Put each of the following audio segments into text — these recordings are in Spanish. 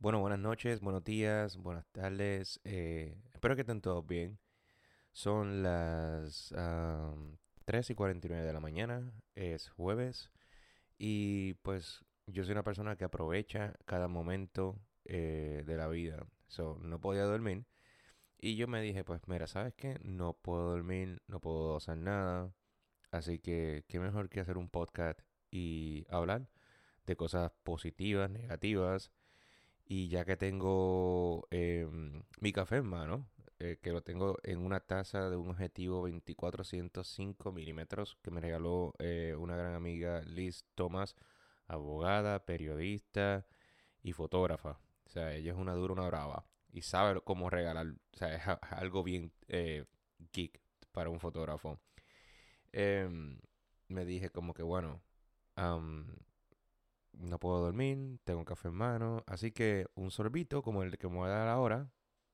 Bueno, buenas noches, buenos días, buenas tardes. Espero que estén todos bien. Son las 3:49 de la mañana, es jueves y pues yo soy una persona que aprovecha cada momento de la vida. So, no podía dormir y yo me dije, pues mira, ¿sabes qué? No puedo dormir, no puedo hacer nada, así que qué mejor que hacer un podcast y hablar de cosas positivas, negativas y ya que tengo mi café en mano, que lo tengo en una taza de un objetivo 24-105 milímetros que me regaló una gran amiga Liz Thomas, abogada, periodista y fotógrafa. O sea, ella es una dura, una brava. Y sabe cómo regalar. O sea, es algo bien geek para un fotógrafo. Em, Me dije como que, bueno, am, no puedo dormir, tengo un café en mano, así que un sorbito como el que me voy a dar ahora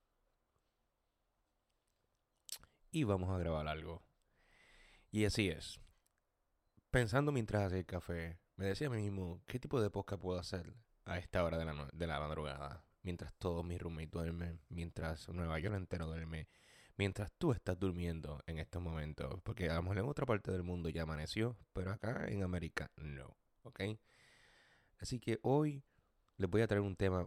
y vamos a grabar algo. Y así es. Pensando mientras hacía el café, me decía a mí mismo, ¿qué tipo de podcast puedo hacer a esta hora de de la madrugada? Mientras todos mis roommates duermen, mientras Nueva York entero duerme, mientras tú estás durmiendo en estos momentos. Porque a lo mejor en otra parte del mundo ya amaneció, pero acá en América no. ¿Ok? Así que hoy les voy a traer un tema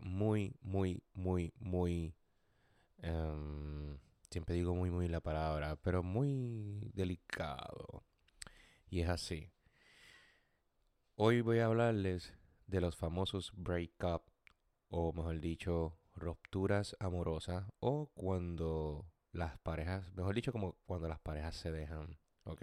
muy Em, siempre digo muy la palabra, pero muy delicado. Y es así. Hoy voy a hablarles de los famosos break-up, o mejor dicho, rupturas amorosas, o cuando las parejas, mejor dicho, como cuando las parejas se dejan, ¿ok?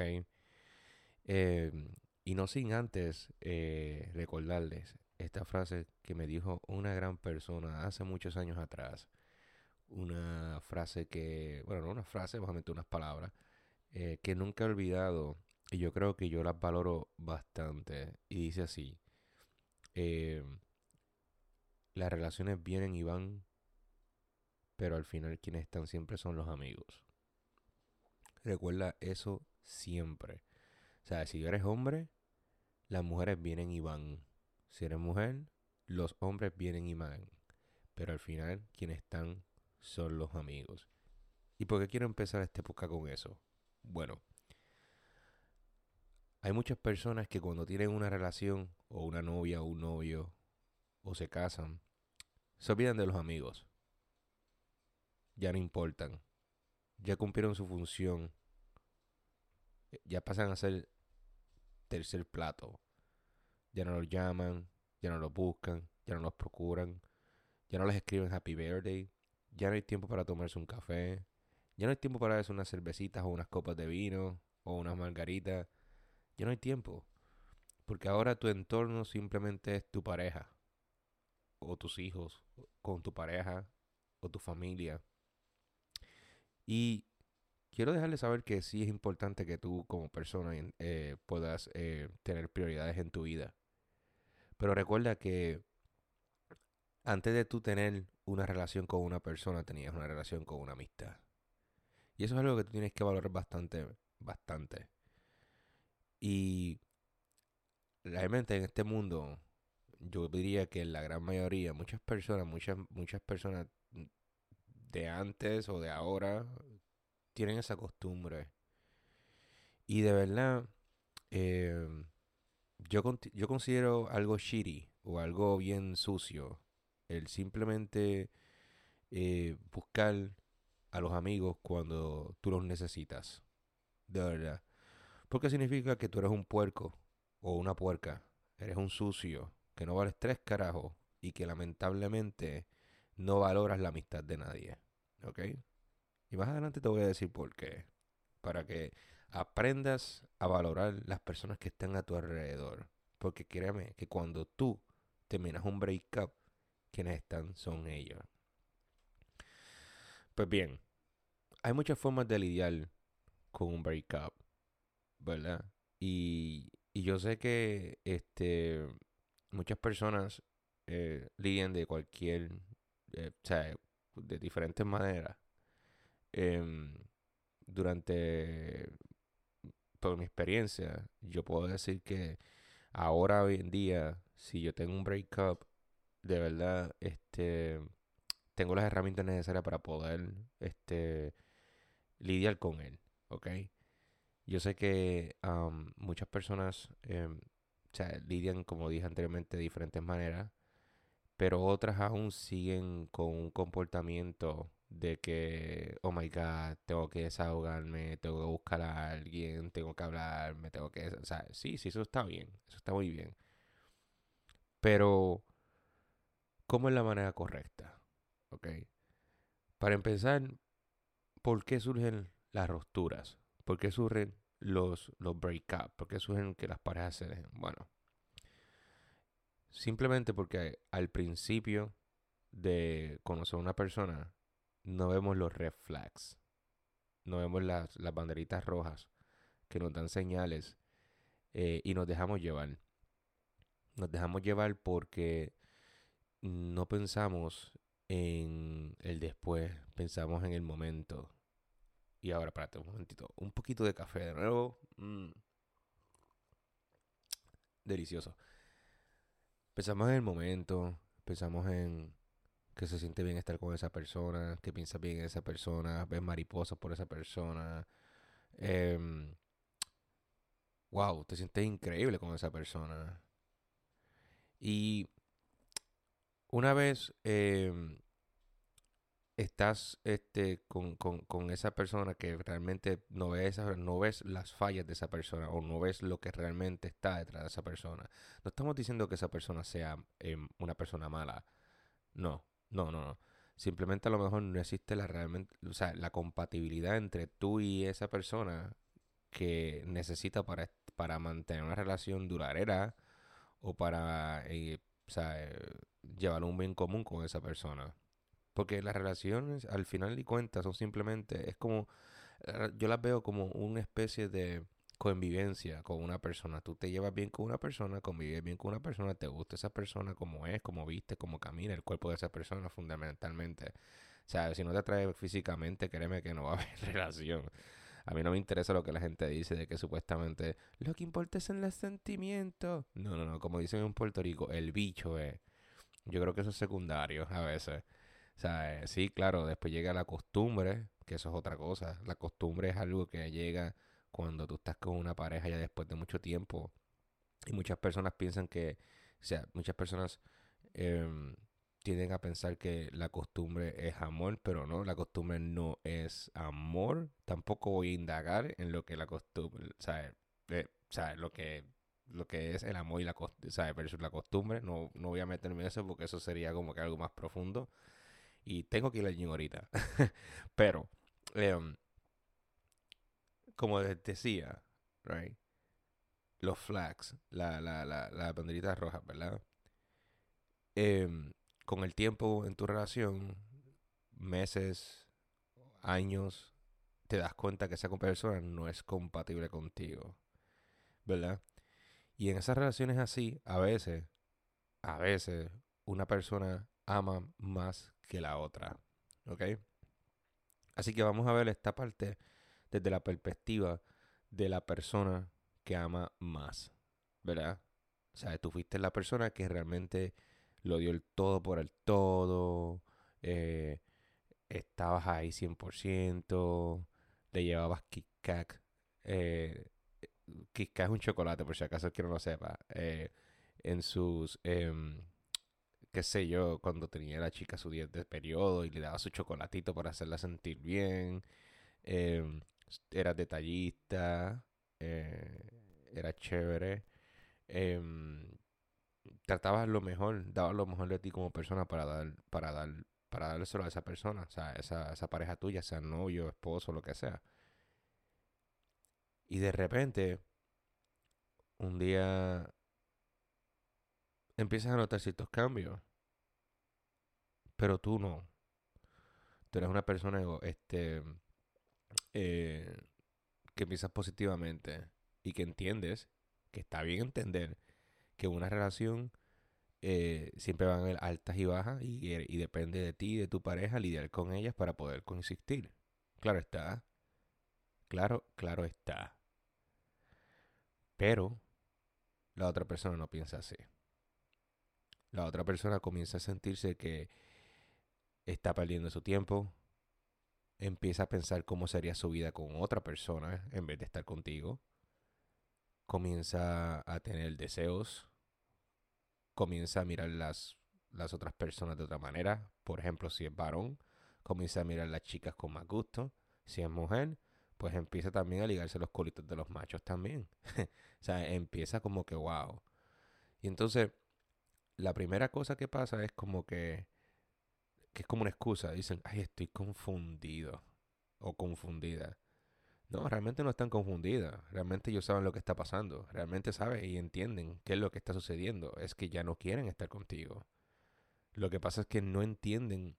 Y no sin antes recordarles esta frase que me dijo una gran persona hace muchos años atrás. Una frase que, bueno, no una frase, básicamente unas palabras, que nunca he olvidado y yo creo que yo las valoro bastante. Y dice así, eh, las relaciones vienen y van, pero al final quienes están siempre son los amigos. Recuerda eso siempre. O sea, si eres hombre, las mujeres vienen y van. Si eres mujer, los hombres vienen y van. Pero al final quienes están son los amigos. ¿Y por qué quiero empezar esta época con eso? Bueno, hay muchas personas que cuando tienen una relación o una novia o un novio o se casan, se olvidan de los amigos. Ya no importan. Ya cumplieron su función. Ya pasan a ser tercer plato. Ya no los llaman, ya no los buscan, ya no los procuran, ya no les escriben happy birthday. Ya no hay tiempo para tomarse un café. Ya no hay tiempo para darse unas cervecitas o unas copas de vino o unas margaritas. Ya no hay tiempo. Porque ahora tu entorno simplemente es tu pareja o tus hijos con tu pareja o tu familia. Y quiero dejarles saber que sí es importante que tú como persona puedas tener prioridades en tu vida. Pero recuerda que antes de tú tener una relación con una persona, tenías una relación con una amistad. Y eso es algo que tú tienes que valorar bastante, bastante. Y realmente en este mundo, yo diría que la gran mayoría, muchas personas de antes o de ahora tienen esa costumbre. Y de verdad, eh, yo considero algo shitty o algo bien sucio el simplemente buscar a los amigos cuando tú los necesitas. De verdad. Porque significa que tú eres un puerco o una puerca. Eres un sucio, que no vales tres carajos y que lamentablemente no valoras la amistad de nadie. ¿Ok? Y más adelante te voy a decir por qué. Para que aprendas a valorar las personas que están a tu alrededor. Porque créeme que cuando tú terminas un breakup, quienes están son ellos. Pues bien, hay muchas formas de lidiar con un breakup, ¿verdad? Y yo sé que muchas personas lidian de cualquier, o sea, de diferentes maneras. Em, Durante por mi experiencia, yo puedo decir que ahora, hoy en día, si yo tengo un breakup, de verdad, tengo las herramientas necesarias para poder, lidiar con él, ¿ok? Yo sé que muchas personas, o sea, lidian, como dije anteriormente, de diferentes maneras, pero otras aún siguen con un comportamiento de que, oh my God, tengo que desahogarme, tengo que buscar a alguien, tengo que hablar, me tengo que... O sea, sí, sí, eso está bien, eso está muy bien. Pero, ¿cómo es la manera correcta? ¿Ok? Para empezar, ¿por qué surgen las rupturas? ¿Por qué surgen los breakups? ¿Por qué surgen que las parejas se dejen? Bueno, simplemente porque al principio de conocer a una persona no vemos los red flags, no vemos las banderitas rojas que nos dan señales, y nos dejamos llevar. Nos dejamos llevar porque no pensamos en el después, pensamos en el momento. Y ahora, espérate un momentito, un poquito de café de nuevo. Delicioso. Pensamos en el momento, pensamos en que se siente bien estar con esa persona, que piensa bien en esa persona, ves mariposas por esa persona. em, wow, te sientes increíble con esa persona. Y una vez estás con esa persona que realmente no ves las fallas de esa persona o no ves lo que realmente está detrás de esa persona. No estamos diciendo que esa persona sea una persona mala. No, no, no, no. Simplemente a lo mejor no existe o sea, la compatibilidad entre tú y esa persona que necesita para mantener una relación duradera o para, o sea, llevar un bien común con esa persona. Porque las relaciones, al final y cuentas, son simplemente, es como, yo las veo como una especie de convivencia con una persona. Tú te llevas bien con una persona, convives bien con una persona, te gusta esa persona como es, como viste, como camina, el cuerpo de esa persona fundamentalmente. O sea, si no te atrae físicamente, créeme que no va a haber relación. A mí no me interesa lo que la gente dice de que supuestamente lo que importa es en los sentimientos. No, no, no, como dicen en Puerto Rico, el bicho es. Yo creo que eso es secundario a veces. O sea, sí, claro, después llega la costumbre, que eso es otra cosa. La costumbre es algo que llega cuando tú estás con una pareja ya después de mucho tiempo. Y muchas personas piensan que, o sea, muchas personas em, tienden a pensar que la costumbre es amor, pero no, la costumbre no es amor. Tampoco voy a indagar en lo que la costumbre, o sea, lo que es el amor y la costumbre, versus la costumbre. No, no voy a meterme en eso porque eso sería como que algo más profundo. Y tengo que ir al gym ahorita. Pero, em, como les decía, right, los flags, la banderita roja, ¿verdad? Em, con el tiempo en tu relación, meses, años, te das cuenta que esa persona no es compatible contigo, ¿verdad? Y en esas relaciones así, a veces, una persona ama más que la otra, ¿ok? Así que vamos a ver esta parte desde la perspectiva de la persona que ama más, ¿verdad? O sea, tú fuiste la persona que realmente lo dio el todo por el todo, eh, estabas ahí 100%, le llevabas Kit Kat. eh, Kit Kat es un chocolate, por si acaso que no lo sepa. En sus, qué sé yo, cuando tenía la chica su día de periodo y le daba su chocolatito para hacerla sentir bien. em, Eras detallista, era chévere. em, Tratabas lo mejor, dabas lo mejor de ti como persona para dárselo a esa persona, o sea, esa pareja tuya, sea novio, esposo, lo que sea. Y de repente, un día empiezas a notar ciertos cambios, pero tú no. Tú eres una persona eh, que piensas positivamente y que entiendes que está bien entender que una relación siempre van a haber altas y bajas y depende de ti y de tu pareja lidiar con ellas para poder consistir. Claro está, claro, claro está. Pero la otra persona no piensa así. La otra persona comienza a sentirse que está perdiendo su tiempo, empieza a pensar cómo sería su vida con otra persona en vez de estar contigo, comienza a tener deseos, comienza a mirar las otras personas de otra manera. Por ejemplo, si es varón, comienza a mirar las chicas con más gusto. Si es mujer, pues empieza también a ligarse los colitos de los machos también. O sea, empieza como que wow. Y entonces, la primera cosa que pasa es como que es como una excusa. Dicen, ay, estoy confundido o confundida. No, realmente no están confundidas. Realmente ellos saben lo que está pasando. Realmente saben y entienden qué es lo que está sucediendo. Es que ya no quieren estar contigo. Lo que pasa es que no entienden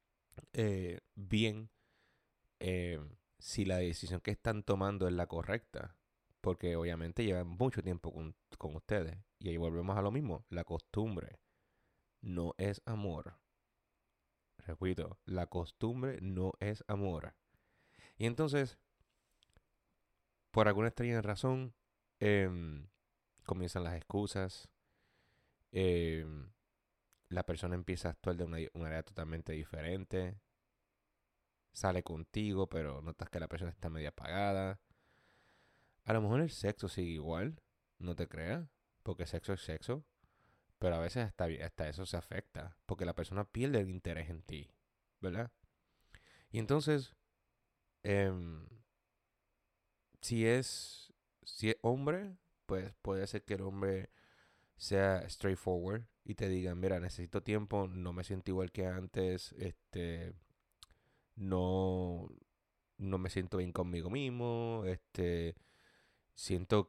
bien eh, si la decisión que están tomando es la correcta. Porque obviamente llevan mucho tiempo con ustedes. Y ahí volvemos a lo mismo. La costumbre no es amor. Repito, la costumbre no es amor. Y entonces, por alguna extraña razón, em, comienzan las excusas. em, la persona empieza a actuar de una manera totalmente diferente. Sale contigo, pero notas que la persona está media apagada. A lo mejor el sexo sigue igual, no te creas, porque sexo es sexo. Pero a veces hasta eso se afecta, porque la persona pierde el interés en ti, ¿verdad? Y entonces, em, si es, si es hombre, pues puede ser que el hombre sea straightforward y te diga, mira, necesito tiempo, no me siento igual que antes, no, no me siento bien conmigo mismo, siento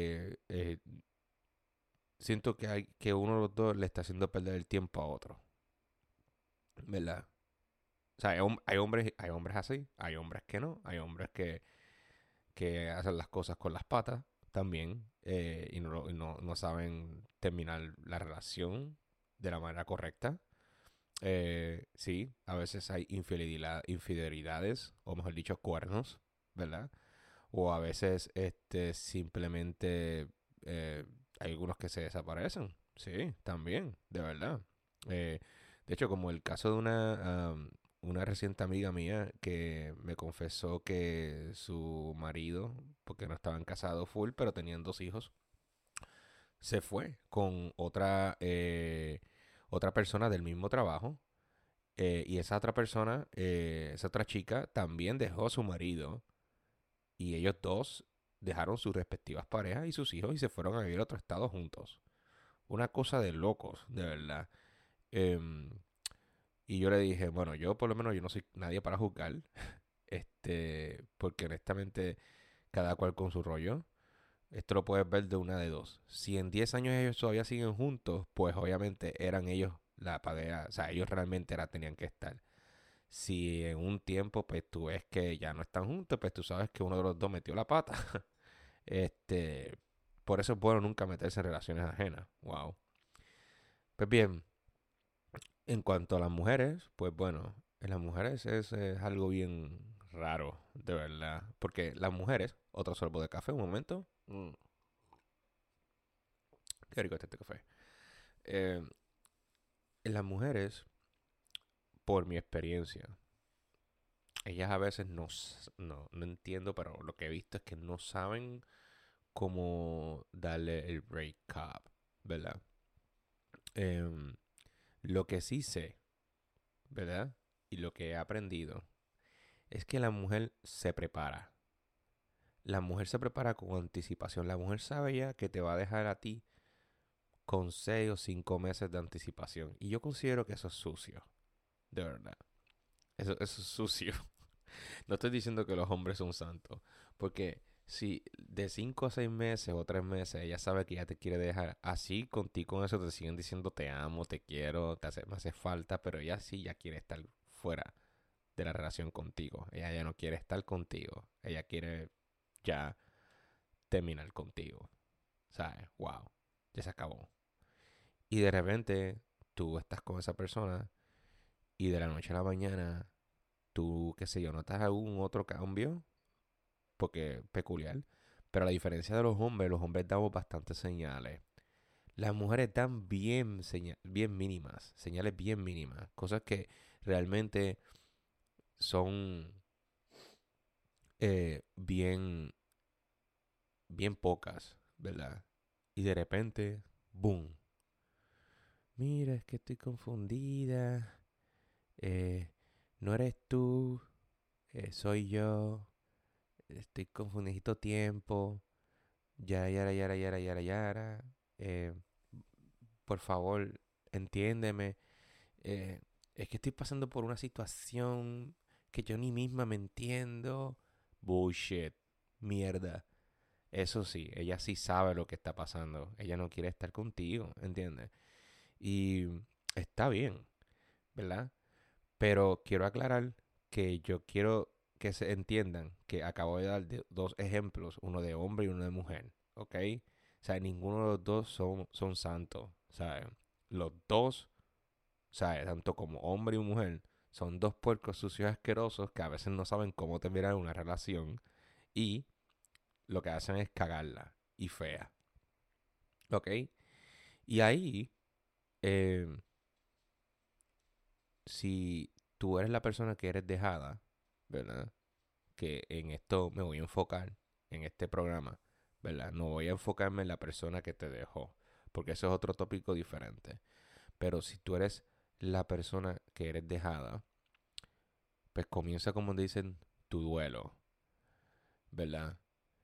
que uno de los dos le está haciendo perder el tiempo a otro, ¿verdad? O sea, hay hombres así, hay hombres que no, hay hombres que hacen las cosas con las patas también y no saben terminar la relación de la manera correcta. Sí, a veces hay infidelidades, o mejor dicho, cuernos, ¿verdad? O a veces simplemente eh, hay algunos que se desaparecen. Sí, también, de verdad. Eh, de hecho, como el caso de una reciente amiga mía que me confesó que su marido, porque no estaban casados full, pero tenían 2 hijos, se fue con otra persona del mismo trabajo. Y esa otra persona, esa otra chica, también dejó a su marido y ellos dos dejaron sus respectivas parejas y sus hijos y se fueron a vivir a otro estado juntos. Una cosa de locos, de verdad. Em, y yo le dije, bueno, yo por lo menos yo no soy nadie para juzgar, porque honestamente cada cual con su rollo. Esto lo puedes ver de una de dos. Si en 10 años ellos todavía siguen juntos, pues obviamente eran ellos la pareja, o sea, ellos realmente tenían que estar. Si en un tiempo, pues tú ves que ya no están juntos, pues tú sabes que uno de los dos metió la pata. Este, por eso es bueno nunca meterse en relaciones ajenas. Wow. Pues bien, en cuanto a las mujeres, pues bueno, en las mujeres es algo bien raro, de verdad. Porque las mujeres, otro sorbo de café, un momento. Qué rico este café. Eh, en las mujeres, por mi experiencia, ellas a veces no entiendo, pero lo que he visto es que no saben cómo darle el break up, ¿verdad? Em, lo que sí sé, ¿verdad? Y lo que he aprendido es que la mujer se prepara. La mujer se prepara con anticipación. La mujer sabe ya que te va a dejar a ti con 6 o 5 meses de anticipación. Y yo considero que eso es sucio, de verdad. Eso es sucio. No estoy diciendo que los hombres son santos. Porque si de 5 a 6 meses o 3 meses ella sabe que ya te quiere dejar, así contigo con eso te siguen diciendo te amo, te quiero, me hace falta, pero ella sí ya quiere estar fuera de la relación contigo. Ella ya no quiere estar contigo. Ella quiere ya terminar contigo. ¿Sabes? Wow. Ya se acabó. Y de repente tú estás con esa persona y de la noche a la mañana tú, qué sé yo, notas algún otro cambio porque peculiar. Pero a la diferencia de los hombres damos bastantes señales. Las mujeres dan bien mínimas, señales bien mínimas, cosas que realmente son bien, bien pocas, ¿verdad? Y de repente, boom. Mira, es que estoy confundida. eh, no eres tú, soy yo. Estoy confundido tiempo. Yara, yara, yara, yara, yara, yara. eh, por favor, entiéndeme. eh, es que estoy pasando por una situación que yo ni misma me entiendo. Bullshit. Mierda. Eso sí, ella sí sabe lo que está pasando. Ella no quiere estar contigo, ¿entiendes? Y está bien, ¿verdad? Pero quiero aclarar que yo quiero que se entiendan que acabo de dar dos ejemplos, uno de hombre y uno de mujer, ¿ok? O sea, ninguno de los dos son santos, ¿sabes? Los dos, ¿sabes? Tanto como hombre y mujer, son dos puercos sucios y asquerosos que a veces no saben cómo terminar una relación y lo que hacen es cagarla y fea, ¿ok? Y ahí, eh, si tú eres la persona que eres dejada, ¿verdad? Que en esto me voy a enfocar, en este programa, ¿verdad? No voy a enfocarme en la persona que te dejó, porque eso es otro tópico diferente. Pero si tú eres la persona que eres dejada, pues comienza como dicen tu duelo, ¿verdad?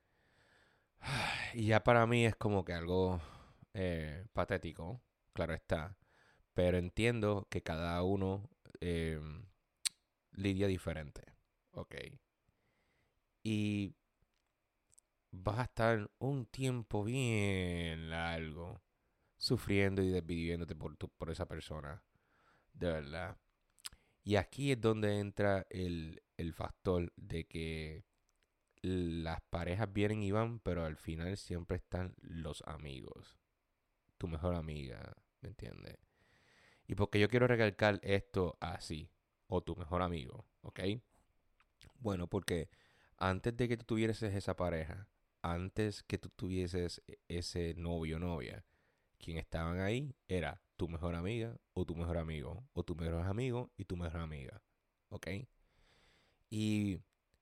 Y ya para mí es como que algo patético, claro está. Pero entiendo que cada uno eh, lidia diferente, ¿ok? Y vas a estar un tiempo bien largo sufriendo y desviviéndote por esa persona, de verdad. Y aquí es donde entra el factor de que las parejas vienen y van, pero al final siempre están los amigos. Tu mejor amiga, ¿me entiendes? Y porque yo quiero recalcar esto así, o tu mejor amigo, ¿ok? Bueno, porque antes de que tú tuvieses esa pareja, antes que tú tuvieses ese novio o novia, quien estaban ahí era tu mejor amiga o tu mejor amigo, o tu mejor amigo y tu mejor amiga, ¿ok? Y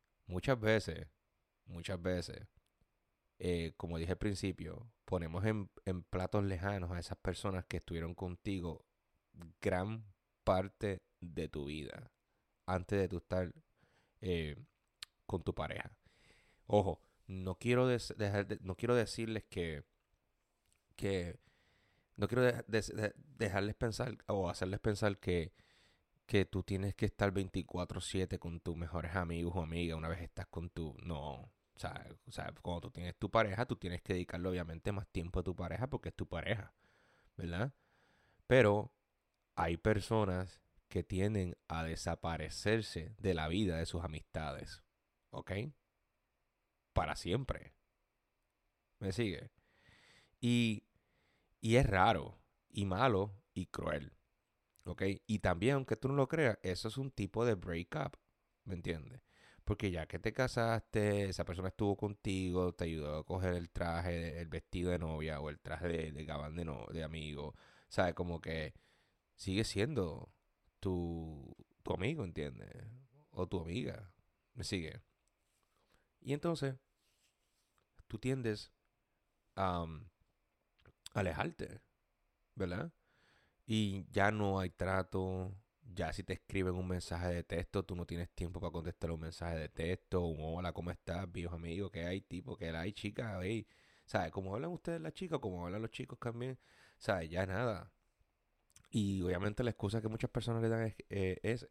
muchas veces, como dije al principio, ponemos en platos lejanos a esas personas que estuvieron contigo gran parte de tu vida, antes de tú estar eh, con tu pareja. Ojo, no quiero decirles que no quiero dejarles pensar o hacerles pensar que tú tienes que estar 24/7 con tus mejores amigos o amigas una vez estás con tu... No, o sea, cuando tú tienes tu pareja, tú tienes que dedicarle obviamente más tiempo a tu pareja porque es tu pareja, ¿verdad? Pero hay personas que tienden a desaparecerse de la vida de sus amistades, ¿ok? Para siempre, ¿me sigue? Y, y es raro, y malo, y cruel. ¿Ok? Y también, aunque tú no lo creas, eso es un tipo de breakup, ¿me entiendes? Porque ya que te casaste, esa persona estuvo contigo, te ayudó a coger el traje, el vestido de novia o el traje de gabán de, no, de amigo, ¿sabes? Como que sigue siendo tu amigo, ¿entiendes? O tu amiga, ¿me sigue? Y entonces tú tiendes a alejarte, ¿verdad? Y ya no hay trato. Ya si te escriben un mensaje de texto, tú no tienes tiempo para contestar un mensaje de texto. Un hola, ¿cómo estás, viejo amigo? ¿Qué hay, tipo? ¿Qué hay, chica? Hey. ¿Sabes? Cómo hablan ustedes las chicas, como hablan los chicos también. ¿Sabes? Ya nada. Y obviamente la excusa que muchas personas le dan es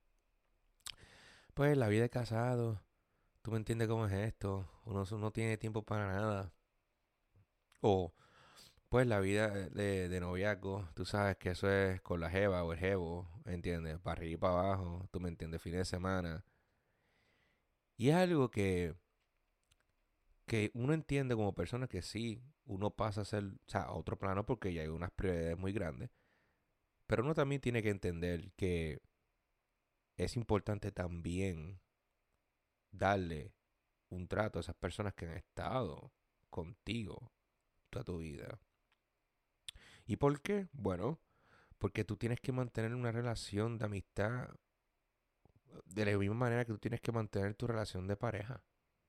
pues, la vida de casado. Tú me entiendes cómo es esto. Uno no tiene tiempo para nada. O pues la vida de noviazgo, tú sabes que eso es con la jeva o el jevo, ¿entiendes? Para arriba y para abajo, tú me entiendes, fin de semana. Y es algo que uno entiende como persona que sí, uno pasa a ser, o sea, a otro plano porque ya hay unas prioridades muy grandes, pero uno también tiene que entender que es importante también darle un trato a esas personas que han estado contigo toda tu vida. ¿Y por qué? Bueno, porque tú tienes que mantener una relación de amistad de la misma manera que tú tienes que mantener tu relación de pareja.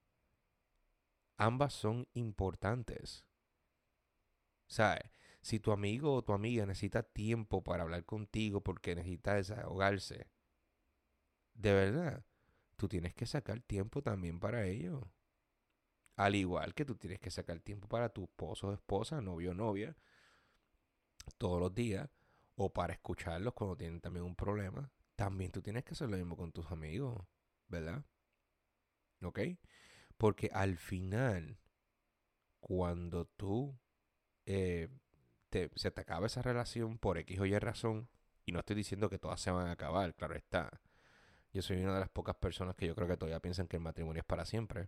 Ambas son importantes. ¿Sabes? Si tu amigo o tu amiga necesita tiempo para hablar contigo porque necesita desahogarse, de verdad, tú tienes que sacar tiempo también para ello. Al igual que tú tienes que sacar tiempo para tu esposo o esposa, novio o novia, todos los días, o para escucharlos cuando tienen también un problema, también tú tienes que hacer lo mismo con tus amigos, ¿verdad? ¿Ok? Porque al final, cuando tú eh, se te acaba esa relación por X o Y razón, y no estoy diciendo que todas se van a acabar, claro está. Yo soy una de las pocas personas que yo creo que todavía piensan que el matrimonio es para siempre.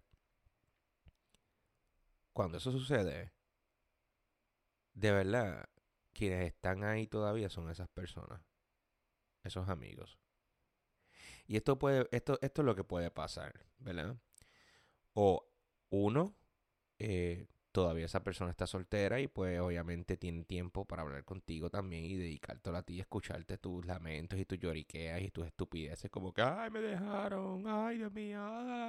Cuando eso sucede, de verdad, quienes están ahí todavía son esas personas, esos amigos. Y esto es lo que puede pasar, ¿verdad? O uno, todavía esa persona está soltera y pues obviamente tiene tiempo para hablar contigo también y dedicártelo a ti y escucharte tus lamentos y tus lloriqueas y tus estupideces como que, ay, me dejaron, ay, Dios mío.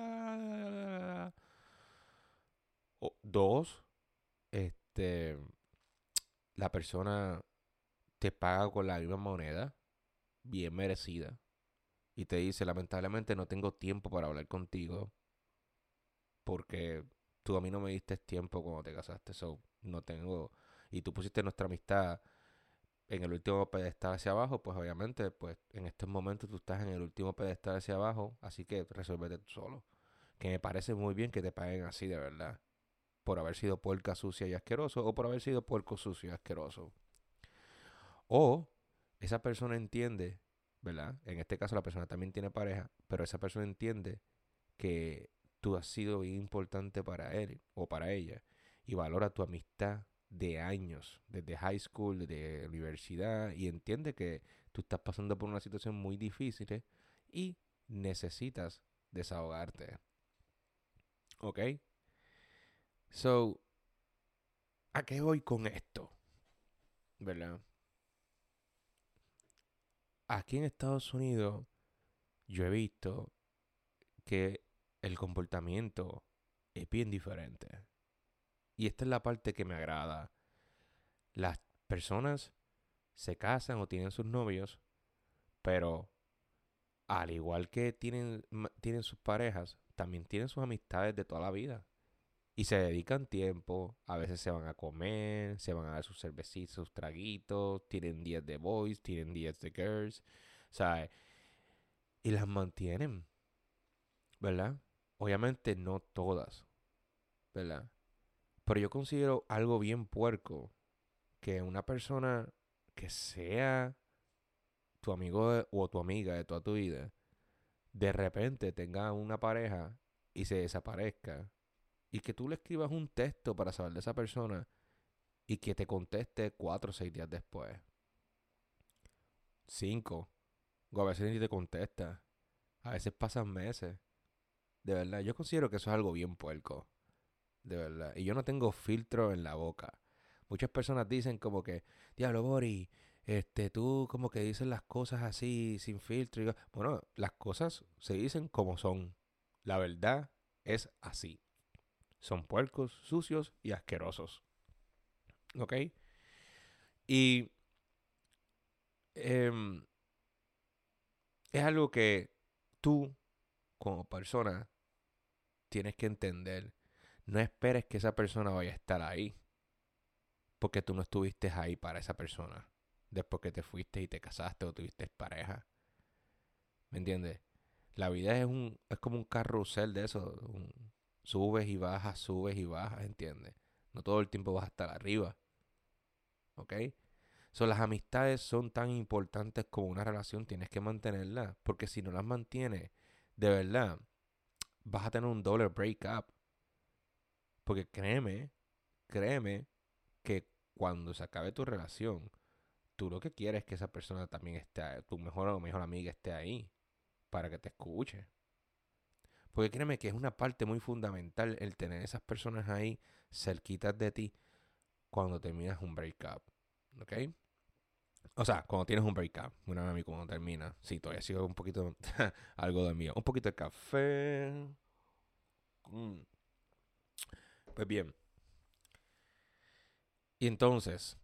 O dos, este, la persona te paga con la misma moneda, bien merecida, y te dice, lamentablemente no tengo tiempo para hablar contigo porque tú a mí no me diste tiempo cuando te casaste, so no tengo, y tú pusiste nuestra amistad en el último pedestal hacia abajo, pues obviamente, pues en estos momentos tú estás en el último pedestal hacia abajo, así que resuélvete tú solo. Que me parece muy bien que te paguen así de verdad, por haber sido puerca sucia y asqueroso, o por haber sido puerco sucio y asqueroso. O esa persona entiende, ¿verdad? En este caso la persona también tiene pareja, pero esa persona entiende que tú has sido bien importante para él o para ella y valora tu amistad de años, desde high school, desde universidad y entiende que tú estás pasando por una situación muy difícil y necesitas desahogarte. ¿Ok? So, ¿a qué voy con esto? ¿Verdad? Aquí en Estados Unidos yo he visto que el comportamiento es bien diferente. Y esta es la parte que me agrada. Las personas se casan o tienen sus novios, pero al igual que tienen sus parejas, también tienen sus amistades de toda la vida. Y se dedican tiempo, a veces se van a comer, se van a dar sus cervecitas, sus traguitos, tienen días de boys, tienen días de girls, ¿sabes? Y las mantienen, ¿verdad? Obviamente no todas, ¿verdad? Pero yo considero algo bien puerco que una persona que sea tu amigo o tu amiga de toda tu vida, de repente tenga una pareja y se desaparezca y que tú le escribas un texto para saber de esa persona y que te conteste 4 o 6 días después, 5, o a veces ni te contesta, a veces pasan meses, de verdad, yo considero que eso es algo bien puerco, de verdad, y yo no tengo filtro en la boca. Muchas personas dicen como que, diablo, Bori, tú como que dices las cosas así, sin filtro. Bueno, las cosas se dicen como son. La verdad es así. Son puercos, sucios y asquerosos. ¿Ok? Y em, es algo que tú, como persona, tienes que entender. No esperes que esa persona vaya a estar ahí, porque tú no estuviste ahí para esa persona. Después que te fuiste y te casaste o tuviste pareja. ¿Me entiendes? La vida es como un carrusel de eso. Subes y bajas, ¿entiendes? No todo el tiempo vas a estar arriba, ¿ok? Las amistades son tan importantes como una relación, tienes que mantenerlas, porque si no las mantienes, de verdad, vas a tener un doble breakup. Porque créeme que cuando se acabe tu relación, tú lo que quieres es que esa persona también esté, tu mejor o mejor amiga esté ahí, para que te escuche. Porque créeme que es una parte muy fundamental el tener esas personas ahí cerquitas de ti cuando terminas un breakup. ¿Ok? O sea, cuando tienes un breakup, una vez a mí cuando termina. Sí, todavía sigo un poquito, algo de mío. Un poquito de café. Mm. Pues bien. Y entonces,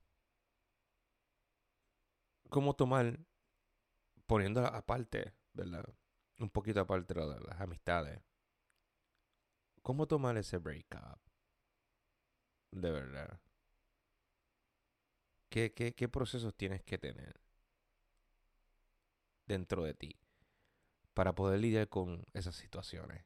¿cómo tomar, poniendo aparte, ¿verdad? Un poquito aparte de las amistades. ¿Cómo tomar ese breakup? De verdad. ¿Qué procesos tienes que tener dentro de ti para poder lidiar con esas situaciones?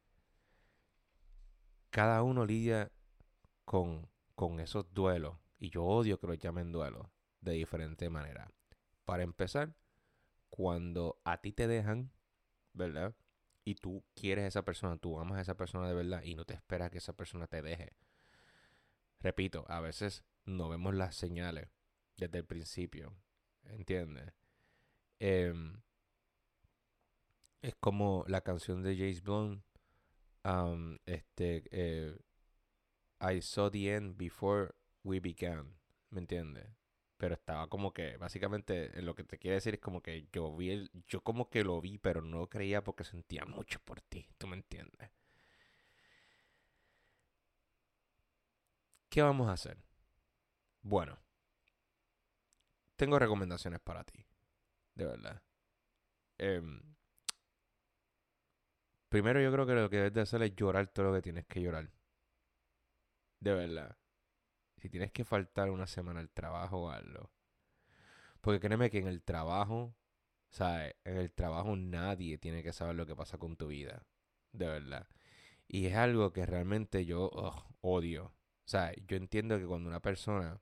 Cada uno lidia con esos duelos, y yo odio que los llamen duelos, de diferente manera. Para empezar, cuando a ti te dejan, ¿verdad? Y tú quieres a esa persona, tú amas a esa persona de verdad y no te esperas que esa persona te deje. Repito, a veces no vemos las señales desde el principio, ¿entiendes? Em, es como la canción de James Blunt, I saw the end before we began, ¿me entiendes? Pero estaba como que, básicamente, lo que te quiere decir es como que yo como que lo vi, pero no lo creía porque sentía mucho por ti, ¿tú me entiendes? ¿Qué vamos a hacer? Bueno, tengo recomendaciones para ti, de verdad. Em, Primero yo creo que lo que debes de hacer es llorar todo lo que tienes que llorar, de verdad. Si tienes que faltar una semana al trabajo, hazlo. Porque créeme que en el trabajo, ¿sabes? En el trabajo nadie tiene que saber lo que pasa con tu vida. De verdad. Y es algo que realmente yo odio. O sea, yo entiendo que cuando una persona,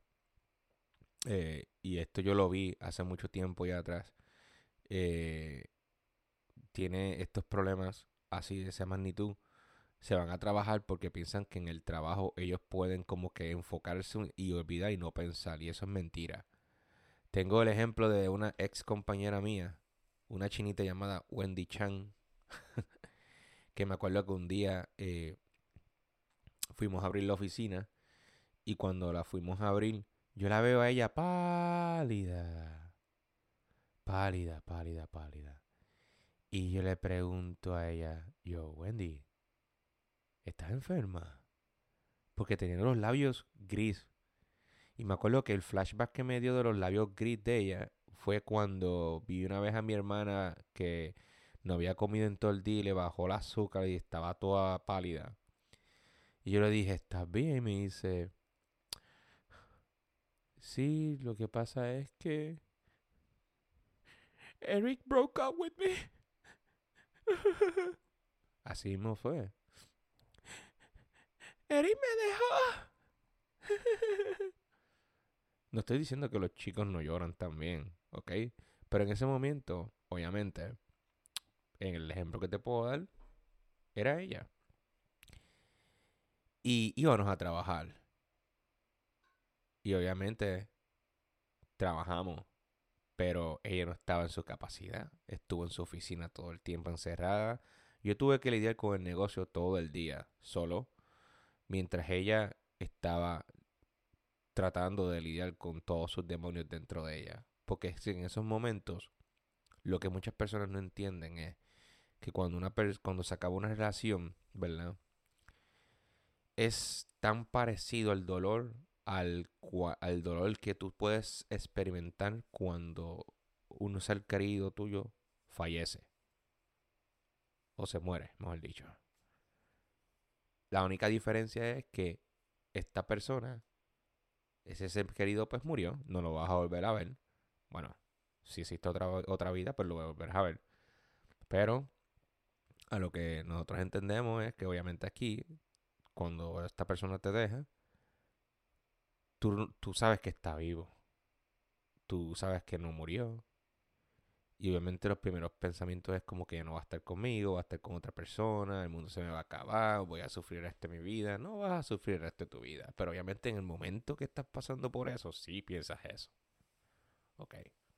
y esto yo lo vi hace mucho tiempo ya atrás, eh, tiene estos problemas así de esa magnitud, se van a trabajar porque piensan que en el trabajo ellos pueden como que enfocarse y olvidar y no pensar. Y eso es mentira. Tengo el ejemplo de una ex compañera mía, una chinita llamada Wendy Chan, que me acuerdo que un día fuimos a abrir la oficina y cuando la fuimos a abrir, yo la veo a ella pálida, pálida, pálida, pálida. Y yo le pregunto a ella, yo, Wendy, ¿estás enferma? Porque tenía los labios gris. Y me acuerdo que el flashback que me dio de los labios gris de ella fue cuando vi una vez a mi hermana que no había comido en todo el día y le bajó el azúcar y estaba toda pálida. Y yo le dije, ¿estás bien? Y me dice, sí, lo que pasa es que Eric broke up with me. Así mismo fue. Eric me dejó. No estoy diciendo que los chicos no lloran también, ¿ok? Pero en ese momento, obviamente, en el ejemplo que te puedo dar, era ella. Y íbamos a trabajar. Y obviamente trabajamos, pero ella no estaba en su capacidad. Estuvo en su oficina todo el tiempo encerrada. Yo tuve que lidiar con el negocio todo el día, solo, mientras ella estaba tratando de lidiar con todos sus demonios dentro de ella. Porque en esos momentos, lo que muchas personas no entienden es que cuando se acaba una relación, ¿verdad? Es tan parecido al dolor al dolor que tú puedes experimentar cuando un ser querido tuyo fallece o se muere, mejor dicho. La única diferencia es que esta persona, ese ser querido, pues murió, no lo vas a volver a ver. Bueno, si existe otra vida, pues lo volverás a ver. Pero a lo que nosotros entendemos es que obviamente aquí, cuando esta persona te deja, tú sabes que está vivo. Tú sabes que no murió. Y obviamente los primeros pensamientos es como que ya no va a estar conmigo, va a estar con otra persona, el mundo se me va a acabar, voy a sufrir el resto de mi vida. No vas a sufrir el resto de tu vida. Pero obviamente en el momento que estás pasando por eso, sí piensas eso. Ok.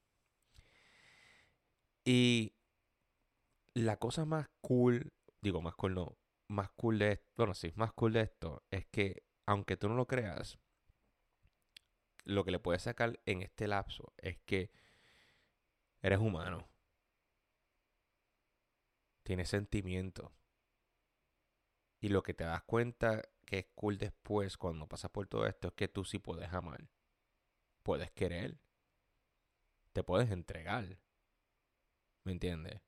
Y la cosa más cool, digo más cool no, más cool de esto, bueno sí, más cool de esto es que aunque tú no lo creas, lo que le puedes sacar en este lapso es que eres humano, tienes sentimientos. Y lo que te das cuenta que es cool después, cuando pasas por todo esto, es que tú sí puedes amar, puedes querer, te puedes entregar, ¿me entiendes?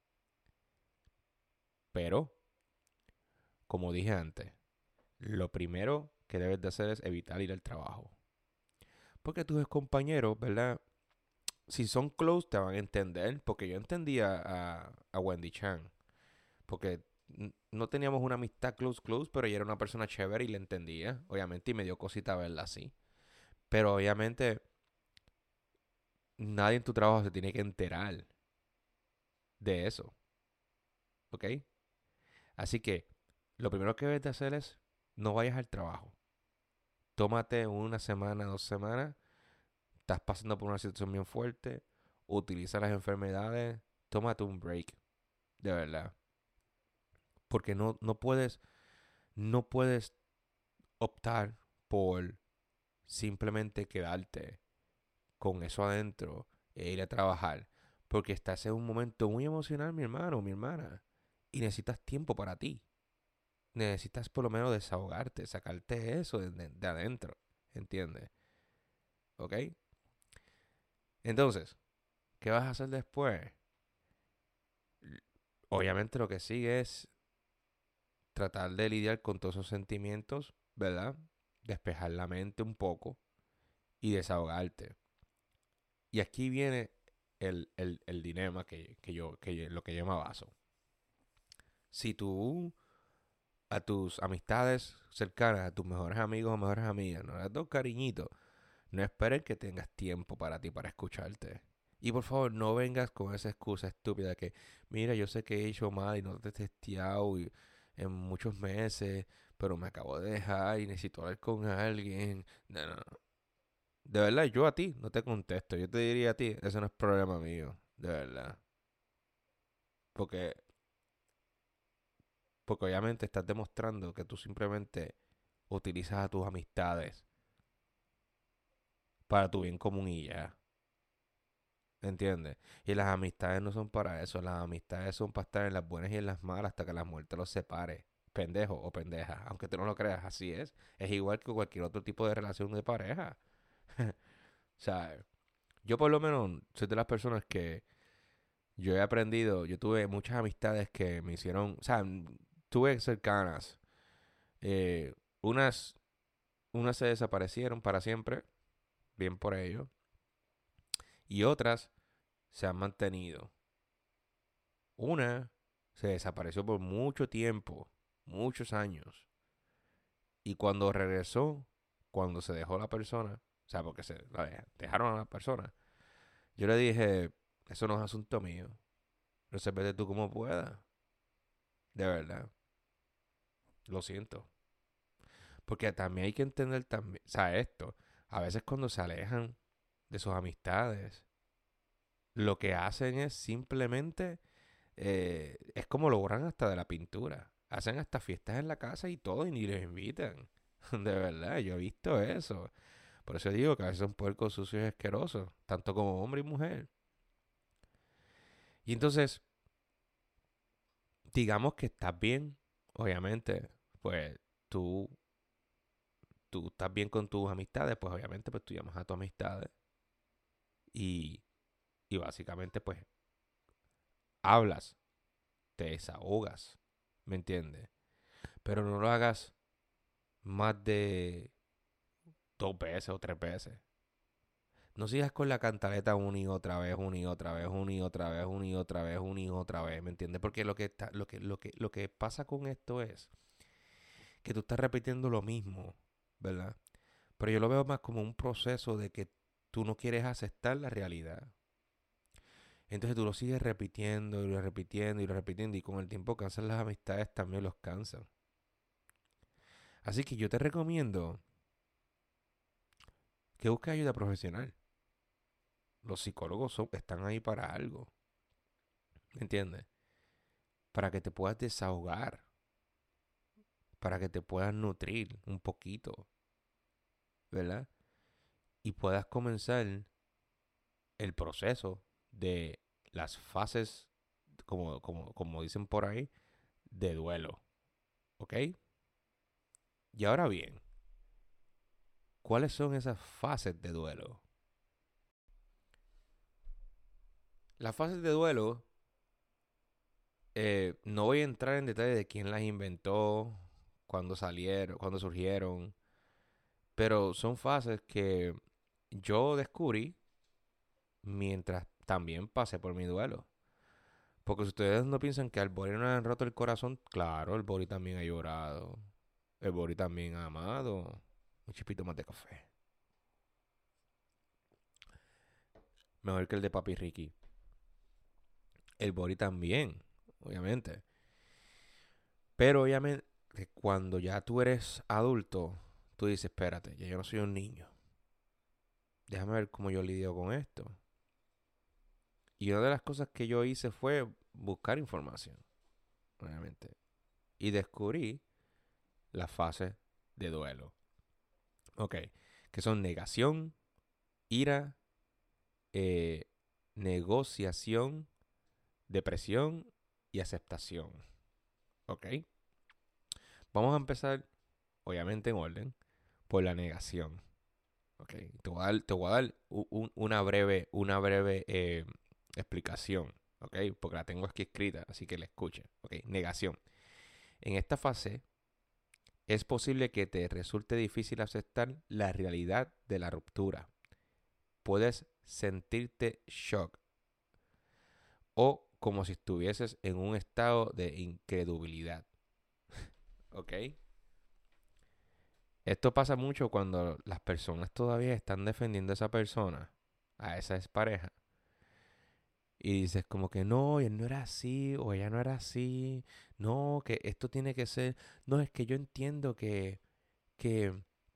Pero, como dije antes, lo primero que debes de hacer es evitar ir al trabajo. Porque tus compañeros, ¿verdad? Si son close, te van a entender. Porque yo entendía a Wendy Chan. Porque no teníamos una amistad close, pero ella era una persona chévere y le entendía, obviamente, y me dio cosita verla así. Pero obviamente, nadie en tu trabajo se tiene que enterar de eso, ¿ok? Así que, lo primero que debes de hacer es, no vayas al trabajo. Tómate una semana, 2 semanas, estás pasando por una situación bien fuerte, utiliza las enfermedades, tómate un break, de verdad. Porque no puedes optar por simplemente quedarte con eso adentro e ir a trabajar. Porque estás en un momento muy emocional, mi hermano, mi hermana. Y necesitas tiempo para ti. Necesitas por lo menos desahogarte, sacarte eso de adentro. ¿Entiendes? ¿Ok? Entonces, ¿qué vas a hacer después? Obviamente lo que sigue es tratar de lidiar con todos esos sentimientos, ¿verdad? Despejar la mente un poco y desahogarte. Y aquí viene el dilema lo que llama vaso. Si tú a tus amistades cercanas, a tus mejores amigos o mejores amigas, no les das cariñito, no esperes que tengas tiempo para ti, para escucharte. Y por favor, no vengas con esa excusa estúpida que, mira, yo sé que he hecho mal y no te he testeado en muchos meses, pero me acabo de dejar y necesito hablar con alguien. No, no, no. De verdad, yo a ti no te contesto. Yo te diría a ti, eso no es problema mío. De verdad. Porque, porque obviamente estás demostrando que tú simplemente utilizas a tus amistades para tu bien común y ya. ¿Entiendes? Y las amistades no son para eso. Las amistades son para estar en las buenas y en las malas hasta que la muerte los separe. Pendejo o pendeja. Aunque tú no lo creas, así es. Es igual que cualquier otro tipo de relación de pareja. O sea, yo por lo menos soy de las personas que yo he aprendido. Yo tuve muchas amistades que me hicieron. O sea, tuve cercanas. Eh, unas, unas se desaparecieron para siempre. Bien por ello. Y otras se han mantenido. Una se desapareció por mucho tiempo, muchos años. Y cuando regresó, cuando se dejó la persona, o sea, porque dejaron a la persona, yo le dije, eso no es asunto mío. Resuélvete tú como puedas. De verdad. Lo siento. Porque también hay que entender también, o sea, esto. A veces cuando se alejan de sus amistades, lo que hacen es simplemente es como logran hasta de la pintura. Hacen hasta fiestas en la casa y todo y ni les invitan. De verdad, yo he visto eso. Por eso digo que a veces son puercos sucios y asquerosos, tanto como hombre y mujer. Y entonces, digamos que estás bien, obviamente, pues tú, tú estás bien con tus amistades, pues obviamente pues tú llamas a tus amistades y, y básicamente pues hablas, te desahogas, ¿me entiendes? Pero no lo hagas más de 2 veces o 3 veces. No sigas con la cantaleta una y otra vez, una y otra vez, una y otra vez, una y otra vez, una y otra vez, ¿me entiendes? Porque lo que pasa con esto es que tú estás repitiendo lo mismo, ¿verdad? Pero yo lo veo más como un proceso de que tú no quieres aceptar la realidad. Entonces tú lo sigues repitiendo y lo repitiendo y lo repitiendo y con el tiempo cansan las amistades, también los cansan. Así que yo te recomiendo que busques ayuda profesional. Los psicólogos están ahí para algo, ¿me entiendes? Para que te puedas desahogar, para que te puedas nutrir un poquito, ¿verdad? y puedas comenzar el proceso de las fases, como dicen por ahí, de duelo. ¿Ok? Y ahora bien, ¿cuáles son esas fases de duelo? Las fases de duelo, no voy a entrar en detalle de quién las inventó, cuándo salieron, cuándo surgieron, pero son fases que yo descubrí mientras también pasé por mi duelo. Porque si ustedes no piensan que al Bori no le han roto el corazón, claro, el Bori también ha llorado. El Bori también ha amado. Un chipito más de café. Mejor que el de Papi Ricky. El Bori también, obviamente. Pero obviamente, cuando ya tú eres adulto, tú dices, espérate, ya yo no soy un niño. Déjame ver cómo yo lidio con esto. Y una de las cosas que yo hice fue buscar información, obviamente. Y descubrí las fases de duelo. Ok, que son negación, ira, eh, negociación, depresión y aceptación. Ok, vamos a empezar, obviamente en orden, por la negación. Ok, te voy a dar una breve explicación. Ok, porque la tengo aquí escrita, así que la escuche. Ok, negación. En esta fase es posible que te resulte difícil aceptar la realidad de la ruptura. Puedes sentirte shock o como si estuvieses en un estado de incredulidad. ¿Ok? Esto pasa mucho cuando las personas todavía están defendiendo a esa persona, a esa expareja. Y dices como que no, él no era así o ella no era así. No, que esto tiene que ser. No, es que yo entiendo que,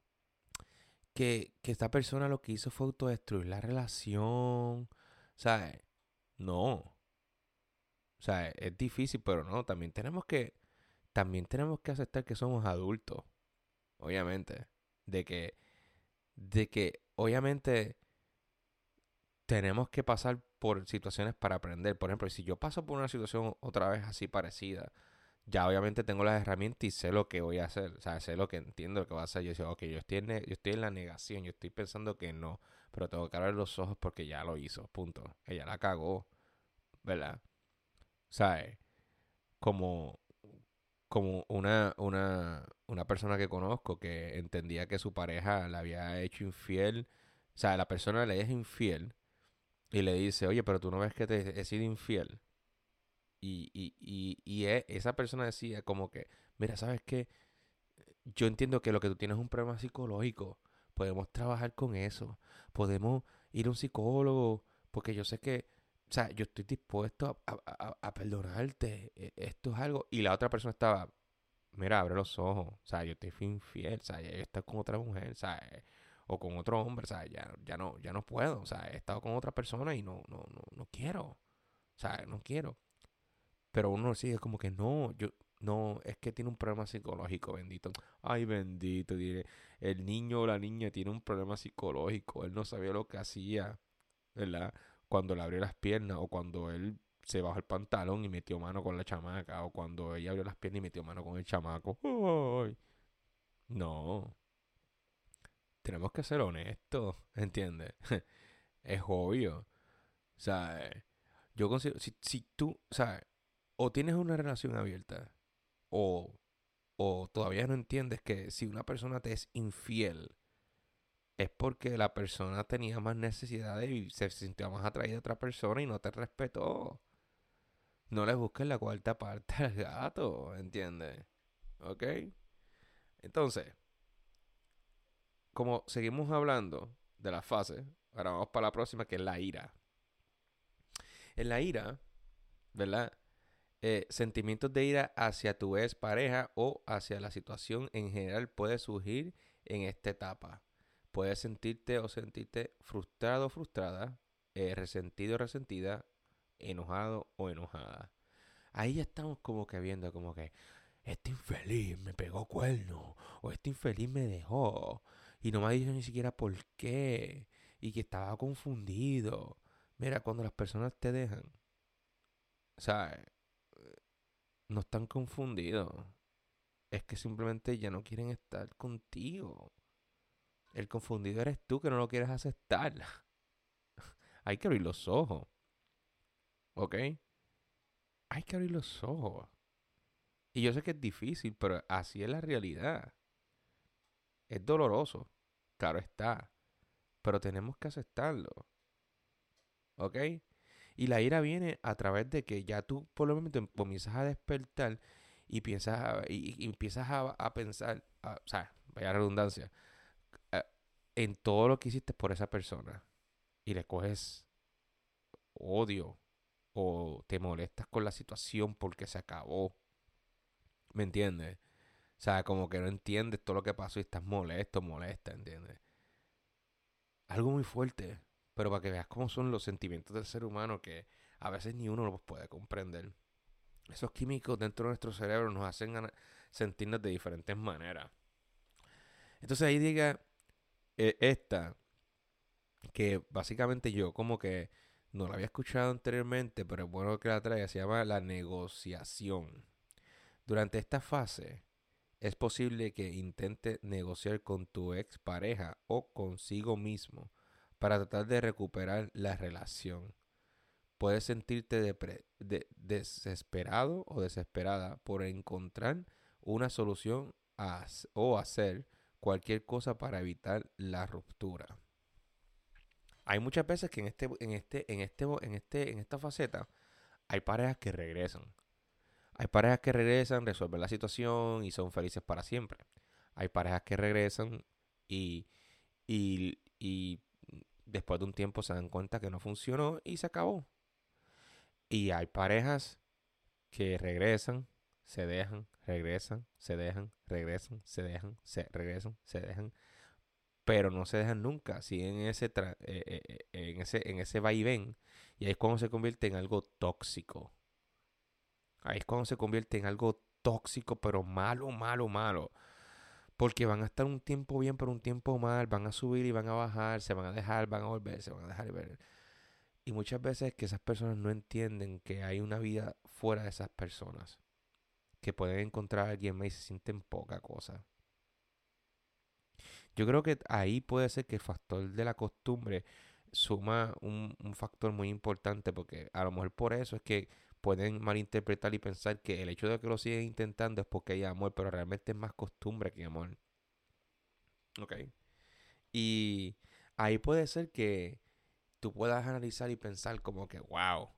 que esta persona lo que hizo fue autodestruir la relación. ¿Sabes? No. O sea, es difícil, pero no. También tenemos que aceptar que somos adultos, obviamente. De que, obviamente tenemos que pasar por situaciones para aprender. Por ejemplo, si yo paso por una situación otra vez así parecida, ya obviamente tengo las herramientas y sé lo que voy a hacer. O sea, sé lo que entiendo, lo que voy a hacer. Yo digo, ok, yo estoy en la negación, yo estoy pensando que no, pero tengo que abrir los ojos porque ya lo hizo, punto. Ella la cagó, ¿verdad? ¿Sabes? Como, como una persona que conozco que entendía que su pareja le había hecho infiel. O sea, la persona le es infiel y le dice, oye, pero tú no ves que te he sido infiel. Esa persona decía como que, mira, ¿sabes qué? Yo entiendo que lo que tú tienes es un problema psicológico. Podemos trabajar con eso. Podemos ir a un psicólogo. Porque yo sé que, o sea, yo estoy dispuesto a perdonarte. Esto es algo. Y la otra persona estaba, mira, abre los ojos. O sea, yo te fui infiel. O sea, ya yo he estado con otra mujer. O sea, o con otro hombre. O sea, ya no puedo. O sea, he estado con otra persona y no quiero. O sea, no quiero. Pero uno sigue como que no, no, es que tiene un problema psicológico, bendito. Ay, bendito, diré. El niño o la niña tiene un problema psicológico. Él no sabía lo que hacía, ¿verdad? Cuando le abrió las piernas o cuando él se bajó el pantalón y metió mano con la chamaca o cuando ella abrió las piernas y metió mano con el chamaco. Ay, no, tenemos que ser honestos, ¿entiendes? Es obvio. O sea, yo considero, si tú, o sea, o tienes una relación abierta o, o todavía no entiendes que si una persona te es infiel es porque la persona tenía más necesidad de vivir, se sintió más atraída a otra persona y no te respetó. No le busques la cuarta parte al gato, ¿entiendes? ¿Ok? Entonces, como seguimos hablando de la fase, ahora vamos para la próxima que es la ira. En la ira, ¿verdad? Sentimientos de ira hacia tu ex pareja o hacia la situación en general puede surgir en esta etapa. Puedes sentirte frustrado o frustrada, resentido o resentida, enojado o enojada. Ahí ya estamos como que viendo como que este infeliz me pegó cuerno o este infeliz me dejó Y no me ha dicho ni siquiera por qué. Y que estaba confundido. Mira, cuando las personas te dejan, o sea, no están confundidos. Es que simplemente ya no quieren estar contigo. El confundido eres tú que no lo quieres aceptar. Hay que abrir los ojos, ¿ok? Hay que abrir los ojos. Y yo sé que es difícil, pero así es la realidad. Es doloroso, claro está, pero tenemos que aceptarlo, ¿ok? Y la ira viene a través de que ya tú por lo menos te comienzas a despertar y piensas y empiezas a pensar, o sea, vaya redundancia, a- en todo lo que hiciste por esa persona y le coges odio o te molestas con la situación porque se acabó, ¿me entiendes? O sea, como que no entiendes todo lo que pasó y estás molesto, molesta, ¿entiendes? Algo muy fuerte, pero para que veas cómo son los sentimientos del ser humano que a veces ni uno los puede comprender. Esos químicos dentro de nuestro cerebro nos hacen sentirnos de diferentes maneras. Entonces ahí diga esta, que básicamente yo como que no la había escuchado anteriormente, pero es bueno que la traiga, se llama la negociación. Durante esta fase es posible que intente negociar con tu ex pareja o consigo mismo para tratar de recuperar la relación. Puedes sentirte desesperado o desesperada por encontrar una solución o hacer cualquier cosa para evitar la ruptura. Hay muchas veces que en esta faceta hay parejas que regresan. Hay parejas que regresan, resuelven la situación y son felices para siempre. Hay parejas que regresan y, y después de un tiempo se dan cuenta que no funcionó y se acabó. Y hay parejas que regresan, se dejan, regresan, se dejan, regresan, se dejan, se regresan, se dejan, pero no se dejan nunca, siguen en ese vaivén y ahí es cuando se convierte en algo tóxico. Ahí es cuando se convierte en algo tóxico, pero malo, malo, malo. Porque van a estar un tiempo bien, pero un tiempo mal, van a subir y van a bajar, se van a dejar, van a volver, se van a dejar y ver. Y muchas veces que esas personas no entienden que hay una vida fuera de esas personas, que pueden encontrar a alguien más y se sienten poca cosa. Yo creo que ahí puede ser que el factor de la costumbre suma un factor muy importante porque a lo mejor por eso es que pueden malinterpretar y pensar que el hecho de que lo siguen intentando es porque hay amor, pero realmente es más costumbre que amor. ¿Ok? Y ahí puede ser que tú puedas analizar y pensar como que, wow,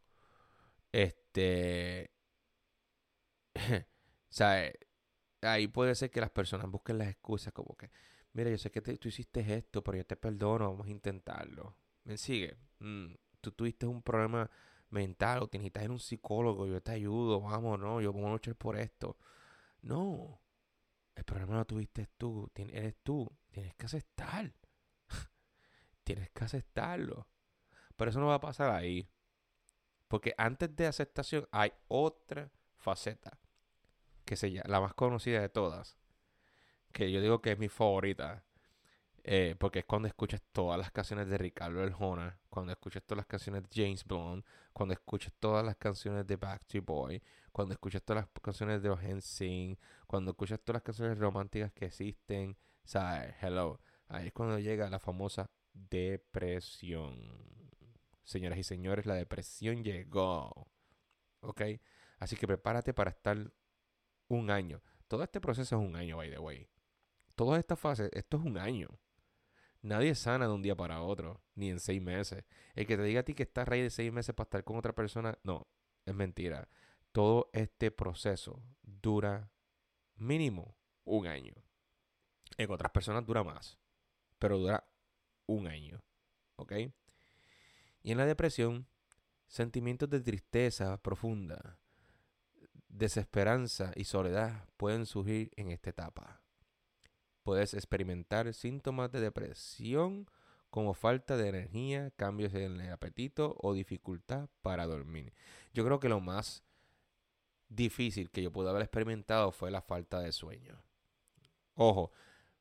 este, o sea, ahí puede ser que las personas busquen las excusas como que, mira, yo sé que tú hiciste esto, pero yo te perdono, vamos a intentarlo. ¿Me sigue? Tú tuviste un problema mental o te necesitas ir a un psicólogo, yo te ayudo, vamos, no, yo vamos a luchar por esto. No, el problema lo tuviste tú, eres tú, tienes que aceptar, tienes que aceptarlo. Pero eso no va a pasar ahí, porque antes de aceptación hay otra faceta, que se llama, la más conocida de todas, que yo digo que es mi favorita. Porque es cuando escuchas todas las canciones de Ricardo Arjona, cuando escuchas todas las canciones de James Blunt, cuando escuchas todas las canciones de Backstreet Boy, cuando escuchas todas las canciones de los NSYNC, cuando escuchas todas las canciones románticas que existen, ¿sabes? Hello. Ahí es cuando llega la famosa depresión. Señoras y señores, la depresión llegó. ¿Ok? Así que prepárate para estar un año. Todo este proceso es un año, by the way. Todas estas fases, esto es un año. Nadie sana de un día para otro, ni en 6 meses. El que te diga a ti que estás rey de 6 meses para estar con otra persona, no, es mentira. Todo este proceso dura mínimo un año. En otras personas dura más, pero dura un año, ¿ok? Y en la depresión, sentimientos de tristeza profunda, desesperanza y soledad pueden surgir en esta etapa. Puedes experimentar síntomas de depresión como falta de energía, cambios en el apetito o dificultad para dormir. Yo creo que lo más difícil que yo pude haber experimentado fue la falta de sueño. Ojo,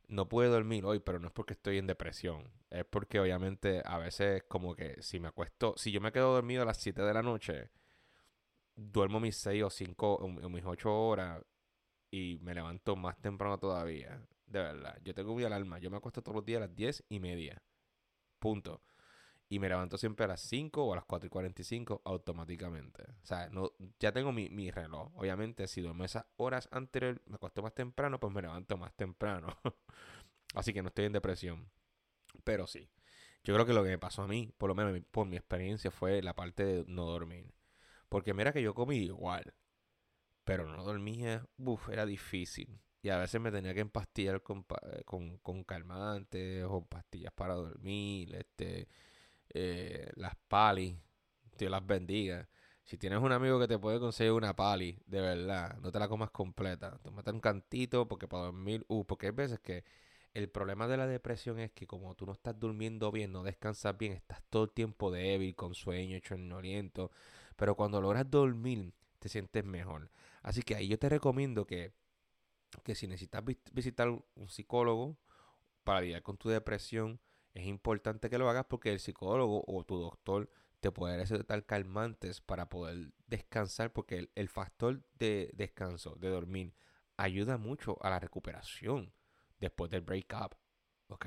no pude dormir hoy, pero no es porque estoy en depresión. Es porque obviamente a veces como que si yo me quedo dormido a las 7 de la noche, duermo mis 6 o 5 o mis 8 horas y me levanto más temprano todavía. De verdad, yo tengo mi alarma. Yo me acuesto todos los días a las 10:30. Punto. Y me levanto siempre a las 5 o a las 4:45 automáticamente. O sea, no, ya tengo mi reloj. Obviamente, si duermo esas horas anteriores, me acuesto más temprano, pues me levanto más temprano. Así que no estoy en depresión. Pero sí. Yo creo que lo que me pasó a mí, por lo menos por mi experiencia, fue la parte de no dormir. Porque mira que yo comí igual, pero no dormía, era difícil. Y a veces me tenía que empastillar con calmantes o pastillas para dormir, las palis, Dios las bendiga. Si tienes un amigo que te puede conseguir una pali, de verdad, no te la comas completa. Tómate un cantito porque para dormir, porque hay veces que el problema de la depresión es que como tú no estás durmiendo bien, no descansas bien, estás todo el tiempo débil, con sueño, chornoliento. Pero cuando logras dormir, te sientes mejor. Así que ahí yo te recomiendo que si necesitas visitar un psicólogo para lidiar con tu depresión, es importante que lo hagas porque el psicólogo o tu doctor te puede recetar calmantes para poder descansar porque el factor de descanso, de dormir, ayuda mucho a la recuperación después del breakup. ¿Ok?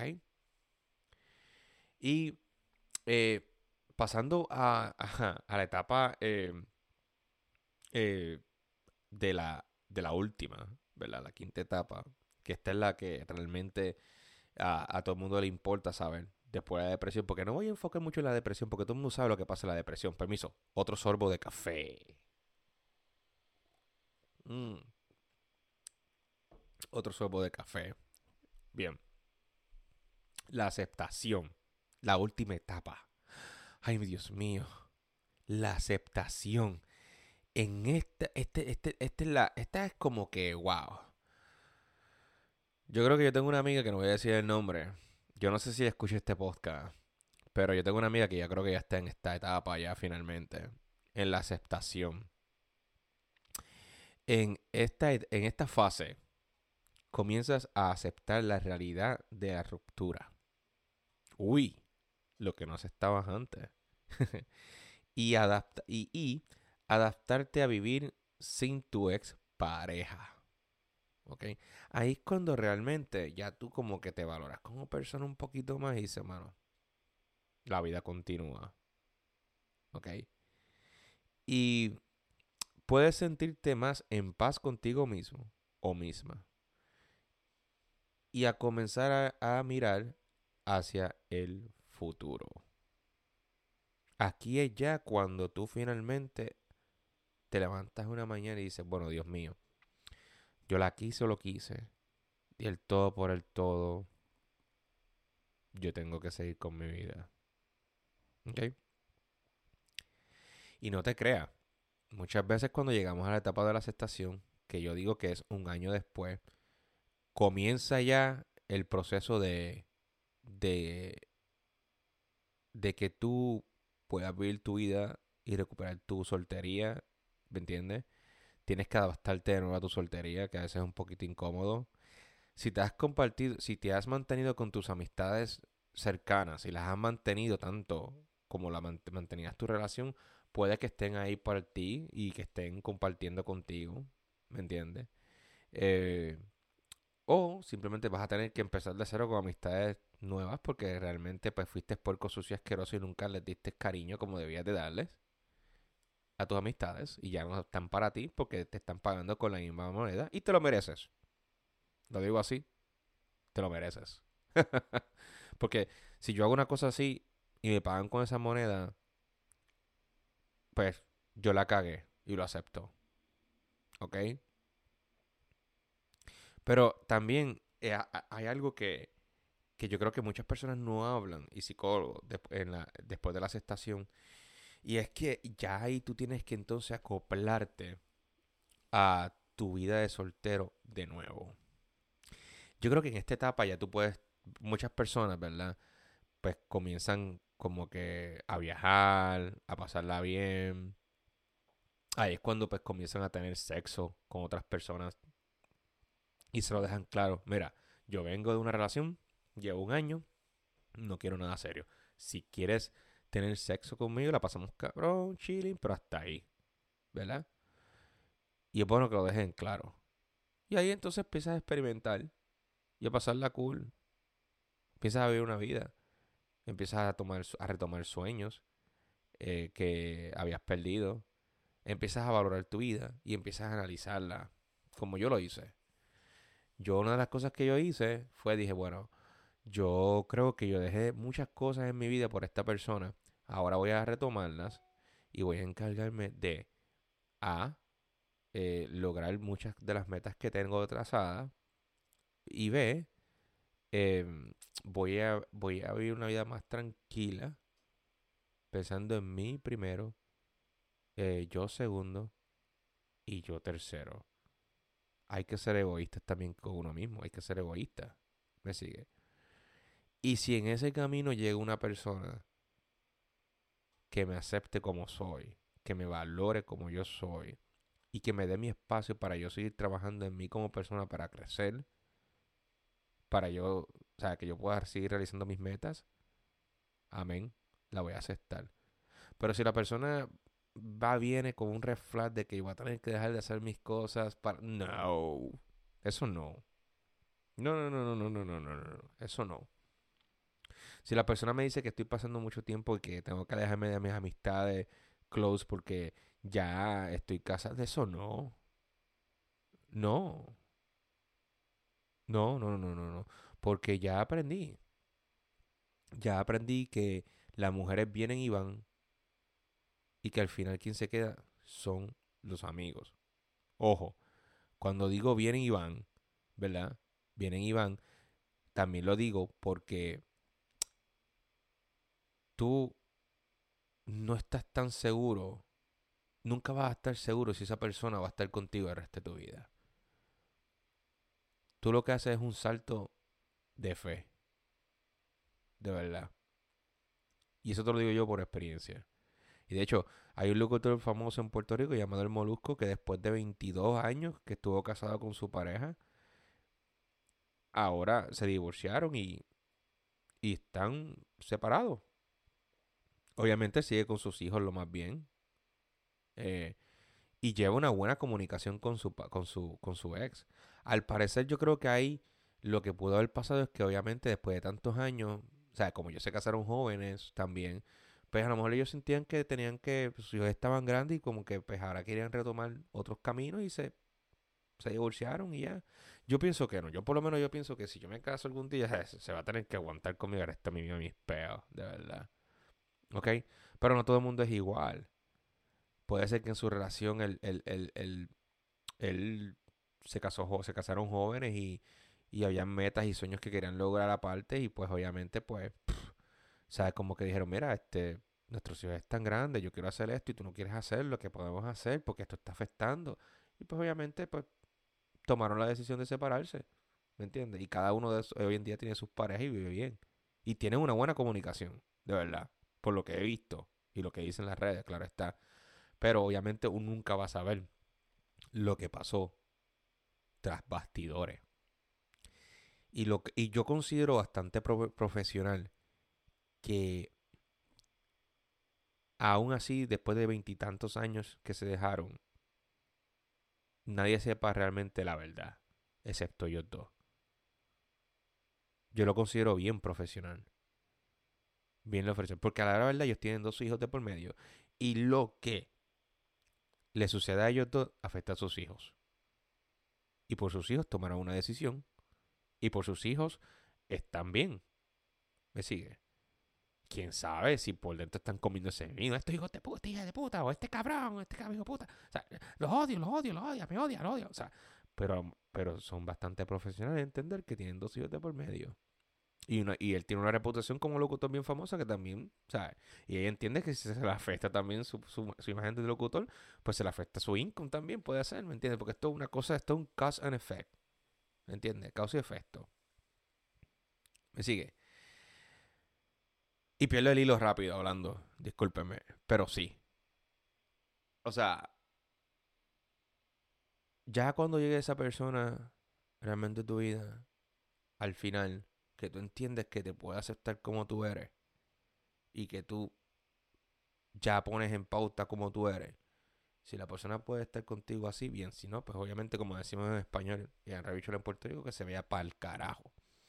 Y eh, pasando a la etapa eh, de la última, ¿verdad? La quinta etapa, que esta es la que realmente a todo el mundo le importa saber después de la depresión, porque no voy a enfocar mucho en la depresión, porque todo el mundo sabe lo que pasa en la depresión. Permiso, otro sorbo de café. Mm, otro sorbo de café. Bien, la aceptación, la última etapa. Ay, Dios mío, la aceptación. En esta es como que, wow. Yo creo que yo tengo una amiga que no voy a decir el nombre. Yo no sé si escucha este podcast, pero yo tengo una amiga que ya creo que ya está en esta etapa ya finalmente, en la aceptación. En esta fase comienzas a aceptar la realidad de la ruptura. Uy, lo que no aceptabas antes. y adaptarte a vivir sin tu ex pareja. ¿Ok? Ahí es cuando realmente ya tú como que te valoras como persona un poquito más y dices, mano, la vida continúa. ¿Ok? Y puedes sentirte más en paz contigo mismo o misma. Y a comenzar a mirar hacia el futuro. Aquí es ya cuando tú finalmente te levantas una mañana y dices, bueno, Dios mío, yo la quise o lo quise, y el todo por el todo, yo tengo que seguir con mi vida. ¿Ok? Y no te creas, muchas veces cuando llegamos a la etapa de la aceptación, que yo digo que es un año después, comienza ya el proceso de, de que tú puedas vivir tu vida y recuperar tu soltería, ¿me entiendes? Tienes que adaptarte de nuevo a tu soltería, que a veces es un poquito incómodo. Si te has mantenido con tus amistades cercanas y las has mantenido tanto como mantenías tu relación, puede que estén ahí para ti y que estén compartiendo contigo, ¿me entiendes? Eh, o simplemente vas a tener que empezar de cero con amistades nuevas porque realmente pues fuiste puerco sucio asqueroso y nunca les diste cariño como debías de darles a tus amistades y ya no están para ti porque te están pagando con la misma moneda y te lo mereces. Lo digo así, te lo mereces. Porque si yo hago una cosa así y me pagan con esa moneda, pues yo la cagué y lo acepto. ¿Ok? Pero también hay algo que yo creo que muchas personas no hablan y psicólogos después de la aceptación. Y es que ya ahí tú tienes que entonces acoplarte a tu vida de soltero de nuevo. Yo creo que en esta etapa ya tú puedes, muchas personas, ¿verdad? Pues comienzan como que a viajar, a pasarla bien. Ahí es cuando pues comienzan a tener sexo con otras personas y se lo dejan claro. Mira, Yo vengo de una relación, llevo un año, no quiero nada serio. Si quieres tener sexo conmigo, la pasamos cabrón, chilling, pero hasta ahí, ¿verdad? Y es bueno que lo dejen claro. Y ahí entonces empiezas a experimentar y a pasarla cool. Empiezas a vivir una vida. Empiezas a retomar sueños que habías perdido. Empiezas a valorar tu vida y empiezas a analizarla como yo lo hice. Yo una de las cosas que yo hice fue, dije, bueno, yo creo que yo dejé muchas cosas en mi vida por esta persona. Ahora voy a retomarlas y voy a encargarme de A, lograr muchas de las metas que tengo trazadas y B, voy a vivir una vida más tranquila, pensando en mí primero, yo segundo y yo tercero. Hay que ser egoístas también con uno mismo, hay que ser egoísta. ¿Me sigue? Y si en ese camino llega una persona que me acepte como soy, que me valore como yo soy y que me dé mi espacio para yo seguir trabajando en mí como persona para crecer, para yo, o sea, que yo pueda seguir realizando mis metas, amén, la voy a aceptar. Pero si la persona viene con un red flag de que voy a tener que dejar de hacer mis cosas para... No, eso no. No, no, no, no, no, no, no, no, no, no, eso no. Si la persona me dice que estoy pasando mucho tiempo y que tengo que alejarme de mis amistades close porque ya estoy casado, de eso no. No, no, no, no, no, no. Porque ya aprendí. Ya aprendí que las mujeres vienen y van y que al final quien se queda son los amigos. Ojo, cuando digo vienen y van, ¿verdad? Vienen y van, también lo digo porque tú no estás tan seguro, nunca vas a estar seguro si esa persona va a estar contigo el resto de tu vida. Tú lo que haces es un salto de fe, de verdad. Y eso te lo digo yo por experiencia. Y de hecho, hay un locutor famoso en Puerto Rico llamado El Molusco que después de 22 años que estuvo casado con su pareja, ahora se divorciaron y están separados. Obviamente sigue con sus hijos lo más bien. eh, y lleva una buena comunicación con su ex. Al parecer yo creo que ahí lo que pudo haber pasado es que obviamente después de tantos años, o sea, como ellos se casaron jóvenes también, pues a lo mejor ellos sentían que tenían que, pues, sus hijos estaban grandes y como que pues ahora querían retomar otros caminos y se divorciaron y ya. Yo pienso que no, yo por lo menos yo pienso que si yo me caso algún día, se va a tener que aguantar conmigo el resto de mi vida mis peos, de verdad. ¿Ok? Pero no todo el mundo es igual. Puede ser que en su relación él se casaron jóvenes y habían metas y sueños que querían lograr aparte y pues obviamente pues, ¿sabes? Como que dijeron, mira, nuestros hijos están grandes, yo quiero hacer esto y tú no quieres hacer lo que podemos hacer porque esto está afectando. Y pues obviamente pues tomaron la decisión de separarse, ¿me entiendes? Y cada uno de esos hoy en día tiene sus parejas y vive bien. Y tienen una buena comunicación, de verdad, por lo que he visto y lo que dicen las redes, claro está. Pero obviamente uno nunca va a saber lo que pasó tras bastidores. Y yo considero bastante profesional que aún así, después de veintitantos años que se dejaron, nadie sepa realmente la verdad, excepto ellos dos. Yo lo considero bien profesional, bien lo ofrecen, porque a la verdad ellos tienen dos hijos de por medio y lo que le sucede a ellos dos afecta a sus hijos. Y por sus hijos tomaron una decisión y por sus hijos están bien. ¿Me sigue? Quién sabe si por dentro están comiendo ese vino, estos hijos de puta, hija de puta, o este cabrón, hijo de puta. O sea, los odio, me odia, los odio. O sea, pero son bastante profesionales en entender que tienen dos hijos de por medio. Y él tiene una reputación como locutor bien famosa que también, o sea, y ella entiende que si se le afecta también su imagen de locutor, pues se le afecta su income también, puede ser, ¿me entiendes? Porque esto es una cosa, esto es un cause and effect, ¿me entiendes? Causa y efecto. ¿Me sigue? Y pierdo el hilo rápido hablando, discúlpeme, pero sí. O sea, ya cuando llegue esa persona realmente a tu vida, al final, que tú entiendes que te puede aceptar como tú eres y que tú ya pones en pauta como tú eres. Si la persona puede estar contigo así, bien. Si no, pues obviamente, como decimos en español y en Revichola en Puerto Rico, que se vea pa'l carajo.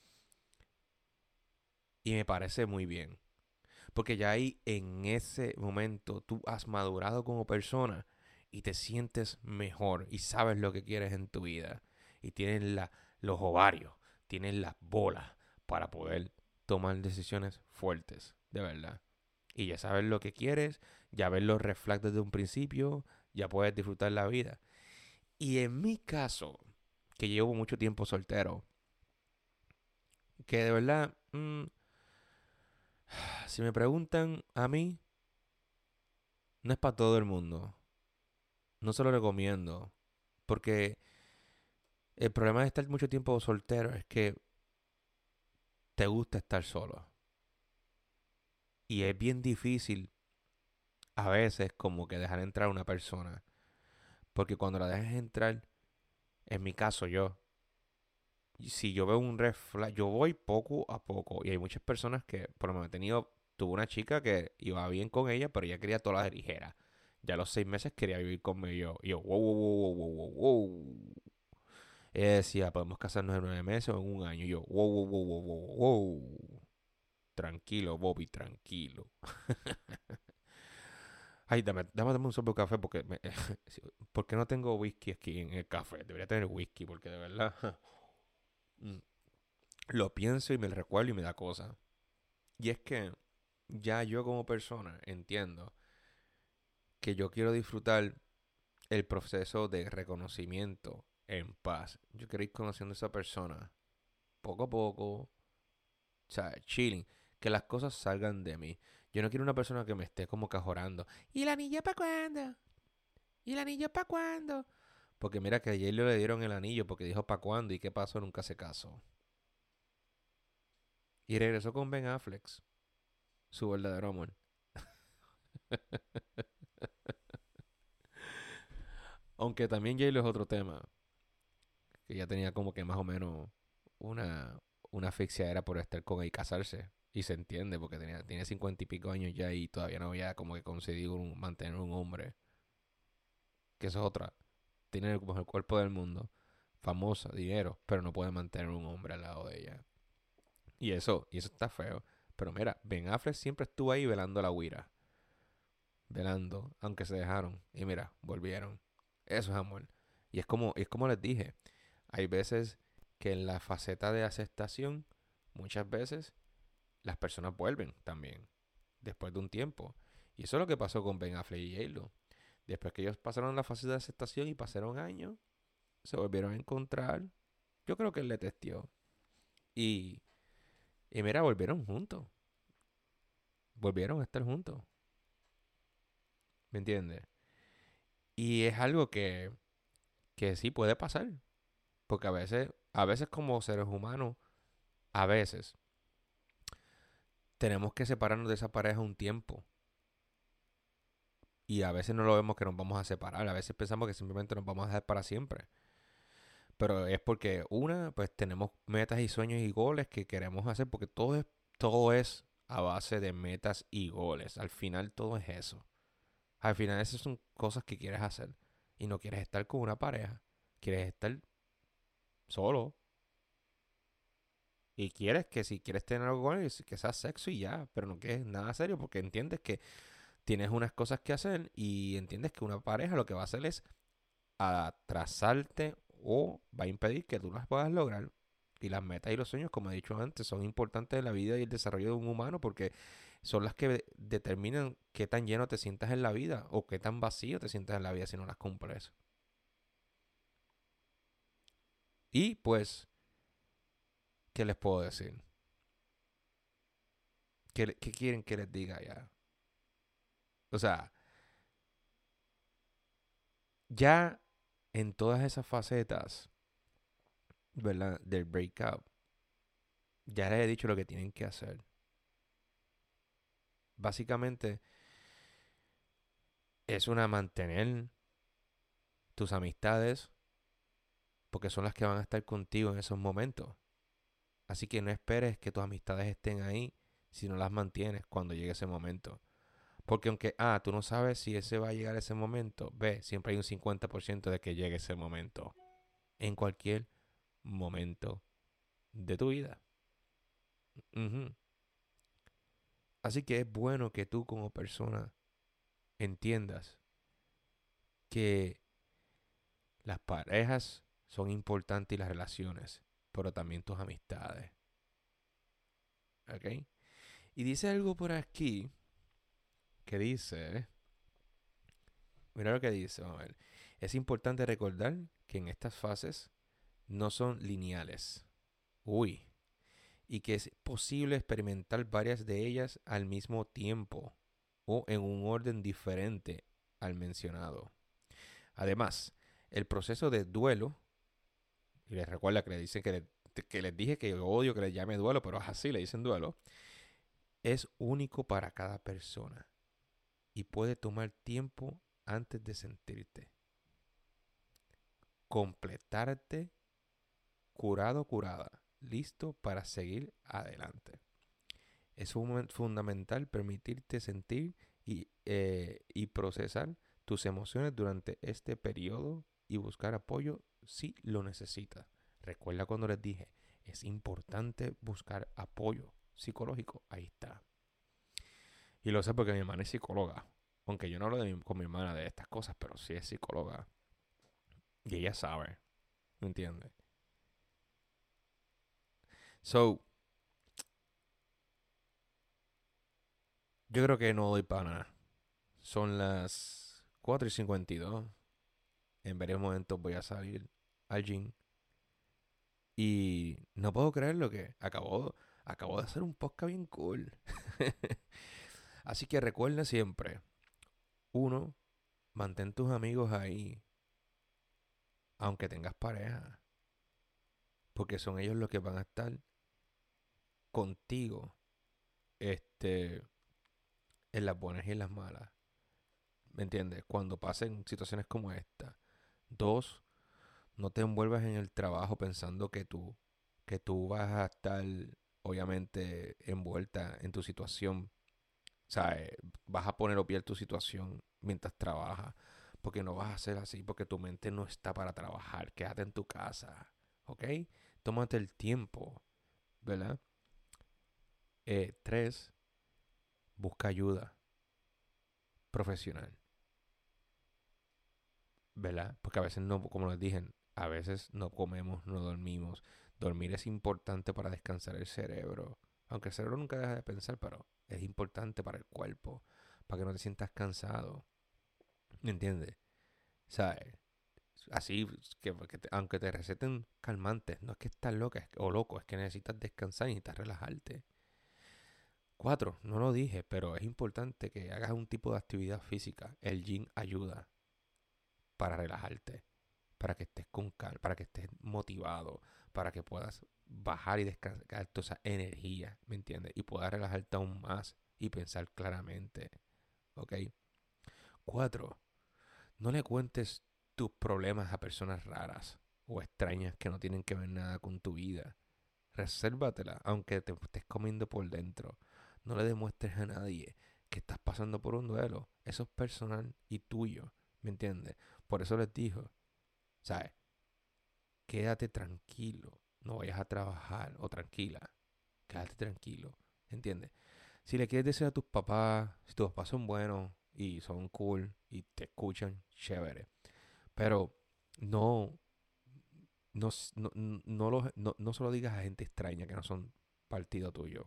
Y me parece muy bien. Porque ya ahí, en ese momento, tú has madurado como persona y te sientes mejor y sabes lo que quieres en tu vida. Y tienes los ovarios, tienes las bolas para poder tomar decisiones fuertes, de verdad. Y ya sabes lo que quieres, ya ves los red flags desde un principio, ya puedes disfrutar la vida. Y en mi caso, que llevo mucho tiempo soltero, que de verdad, si me preguntan a mí, no es para todo el mundo. No se lo recomiendo. Porque el problema de estar mucho tiempo soltero es que te gusta estar solo. Y es bien difícil a veces como que dejar entrar a una persona. Porque cuando la dejas entrar, en mi caso yo, si yo veo un red flag, yo voy poco a poco. Y hay muchas personas que, por lo menos he tenido, tuve una chica que iba bien con ella, pero ella quería toda la ligera. Ya a los 6 meses quería vivir conmigo. Y yo, wow, wow, wow, wow, wow, wow. Ella decía, podemos casarnos en 9 meses o en un año. Y yo, wow, wow, wow, wow, wow, wow. Tranquilo, Bobby, tranquilo. Ay, dame un sorbo de café porque ¿por qué no tengo whisky aquí en el café? Debería tener whisky porque de verdad mm, lo pienso y me lo recuerdo y me da cosa. Y es que ya yo como persona entiendo que yo quiero disfrutar el proceso de reconocimiento en paz. Yo quiero ir conociendo a esa persona poco a poco, o sea, chilling, que las cosas salgan de mí. Yo no quiero una persona que me esté como cajorando. ¿Y el anillo para cuándo? ¿Y el anillo para cuándo? Porque mira que ayer le dieron el anillo porque dijo para cuándo y qué pasó, nunca se casó. Y regresó con Ben Affleck, su verdadero amor. Aunque también J-Lo es otro tema, que ya tenía como que más o menos una, una asfixia era por estar con él y casarse. Y se entiende porque tiene 50 y pico años ya y todavía no había como que conseguido mantener un hombre. Que eso es otra. Tiene el mejor cuerpo del mundo, famosa, dinero, pero no puede mantener un hombre al lado de ella. Y eso está feo. Pero mira, Ben Affleck siempre estuvo ahí velando la guira. Velando, aunque se dejaron. Y mira, volvieron. Eso es amor. Y es como les dije, hay veces que en la faceta de aceptación, muchas veces las personas vuelven también, después de un tiempo. Y eso es lo que pasó con Ben Affleck y J-Lo. Después que ellos pasaron la fase de aceptación y pasaron años, se volvieron a encontrar. Yo creo que él le testió. Y, y mira, volvieron juntos. Volvieron a estar juntos. ¿Me entiendes? Y es algo que sí puede pasar. Porque a veces como seres humanos, a veces tenemos que separarnos de esa pareja un tiempo. Y a veces no lo vemos que nos vamos a separar. A veces pensamos que simplemente nos vamos a dejar para siempre. Pero es porque pues tenemos metas y sueños y goles que queremos hacer. Porque todo es a base de metas y goles. Al final todo es eso. Al final esas son cosas que quieres hacer. Y no quieres estar con una pareja. Quieres estar solo. Y quieres que si quieres tener algo con él, que sea sexo y ya. Pero no que es nada serio porque entiendes que tienes unas cosas que hacer y entiendes que una pareja lo que va a hacer es atrasarte o va a impedir que tú las puedas lograr. Y las metas y los sueños, como he dicho antes, son importantes en la vida y el desarrollo de un humano porque son las que determinan qué tan lleno te sientas en la vida o qué tan vacío te sientas en la vida si no las cumples. Y pues, ¿qué les puedo decir? ¿Qué quieren que les diga ya? O sea, ya en todas esas facetas, ¿verdad? Del breakup, ya les he dicho lo que tienen que hacer. Básicamente es una mantener tus amistades porque son las que van a estar contigo en esos momentos. Así que no esperes que tus amistades estén ahí si no las mantienes cuando llegue ese momento. Porque aunque tú no sabes si ese va a llegar ese momento, siempre hay un 50% de que llegue ese momento. En cualquier momento de tu vida. Ujú. Así que es bueno que tú como persona entiendas que las parejas son importantes y las relaciones, pero también tus amistades. ¿Ok? Y dice algo por aquí que dice, mira lo que dice, vamos a ver. Es importante recordar que en estas fases no son lineales. Uy. Y que es posible experimentar varias de ellas al mismo tiempo o en un orden diferente al mencionado. Además, el proceso de duelo, y les recuerda que le dicen que les dije que yo odio que les llame duelo, pero es así, le dicen duelo, es único para cada persona y puede tomar tiempo antes de sentirte, completarte, curado o curada, listo para seguir adelante. Es fundamental permitirte sentir y procesar tus emociones durante este periodo y buscar apoyo si lo necesitas. Recuerda cuando les dije, es importante buscar apoyo psicológico. Ahí está. Y lo sé porque mi hermana es psicóloga. Aunque yo no hablo con mi hermana de estas cosas, pero sí es psicóloga. Y ella sabe. ¿Me entiendes? So, yo creo que no doy para nada. Son las 4:52. En varios momentos voy a salir al gym. Y no puedo creer lo que acabo de hacer un podcast bien cool. Así que recuerda siempre, uno, mantén tus amigos ahí, aunque tengas pareja. Porque son ellos los que van a estar contigo, este, en las buenas y en las malas. ¿Me entiendes? Cuando pasen situaciones como esta. Dos, no te envuelvas en el trabajo pensando que tú vas a estar obviamente envuelta en tu situación. O sea, vas a poner obviar tu situación mientras trabajas. Porque no vas a hacer así, porque tu mente no está para trabajar. Quédate en tu casa. ¿Ok? Tómate el tiempo, ¿verdad? Tres, busca ayuda profesional, ¿verdad? Porque a veces no, como les dije, a veces no comemos, no dormimos. Dormir es importante para descansar el cerebro. Aunque el cerebro nunca deja de pensar, pero es importante para el cuerpo, para que no te sientas cansado. ¿Me entiendes? ¿Sabes? Así, aunque te receten calmantes, no es que estás loca o loco, es que necesitas descansar y necesitas relajarte. Cuatro, no lo dije, pero es importante que hagas un tipo de actividad física. El gym ayuda para relajarte, para que estés con calma, para que estés motivado, para que puedas bajar y descargar toda esa energía, ¿me entiendes? Y puedas relajarte aún más y pensar claramente, ¿ok? Cuatro, no le cuentes tus problemas a personas raras o extrañas que no tienen que ver nada con tu vida. Resérvatela, aunque te estés comiendo por dentro. No le demuestres a nadie que estás pasando por un duelo. Eso es personal y tuyo, ¿me entiendes? Por eso les digo, ¿sabes? Quédate tranquilo. No vayas a trabajar o tranquila. Quédate tranquilo, ¿entiendes? Si le quieres decir a tus papás, si tus papás son buenos y son cool y te escuchan, chévere. Pero no, no se lo digas a gente extraña que no son partido tuyo.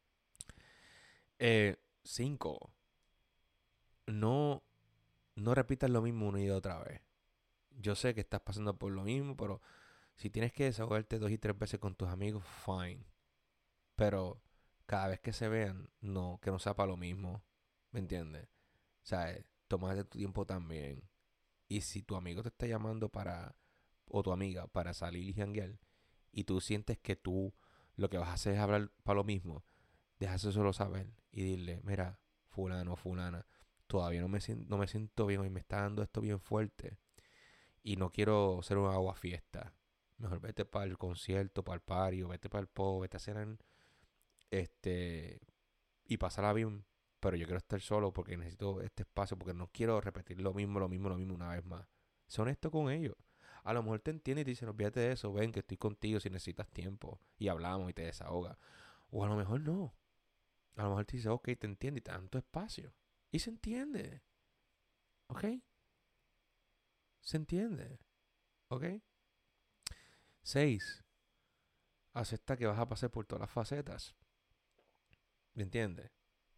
Cinco, no, no repitas lo mismo una y otra vez. Yo sé que estás pasando por lo mismo, pero si tienes que desahogarte 2 y 3 veces con tus amigos, fine. Pero cada vez que se vean, no, que no sea para lo mismo. ¿Me entiendes? O sea, tómate tu tiempo también. Y si tu amigo te está llamando o tu amiga, para salir y janguear, y tú sientes que tú lo que vas a hacer es hablar para lo mismo, déjaselo saber y dile, mira, fulano o fulana, todavía no me siento bien y me está dando esto bien fuerte y no quiero ser un agua fiesta, Mejor vete para el concierto, para el party, o vete para el pub, vete a cenar, y pasarla bien. Pero yo quiero estar solo porque necesito este espacio, porque no quiero repetir lo mismo una vez más. Sé honesto con ellos. A lo mejor te entiende y te dicen, olvídate de eso, ven que estoy contigo si necesitas tiempo. Y hablamos y te desahoga. O a lo mejor no. A lo mejor te dice, ok, te entiende y te dan tu espacio. Y se entiende. ¿Ok? Se entiende. ¿Ok? 6. Acepta que vas a pasar por todas las facetas. ¿Me entiendes?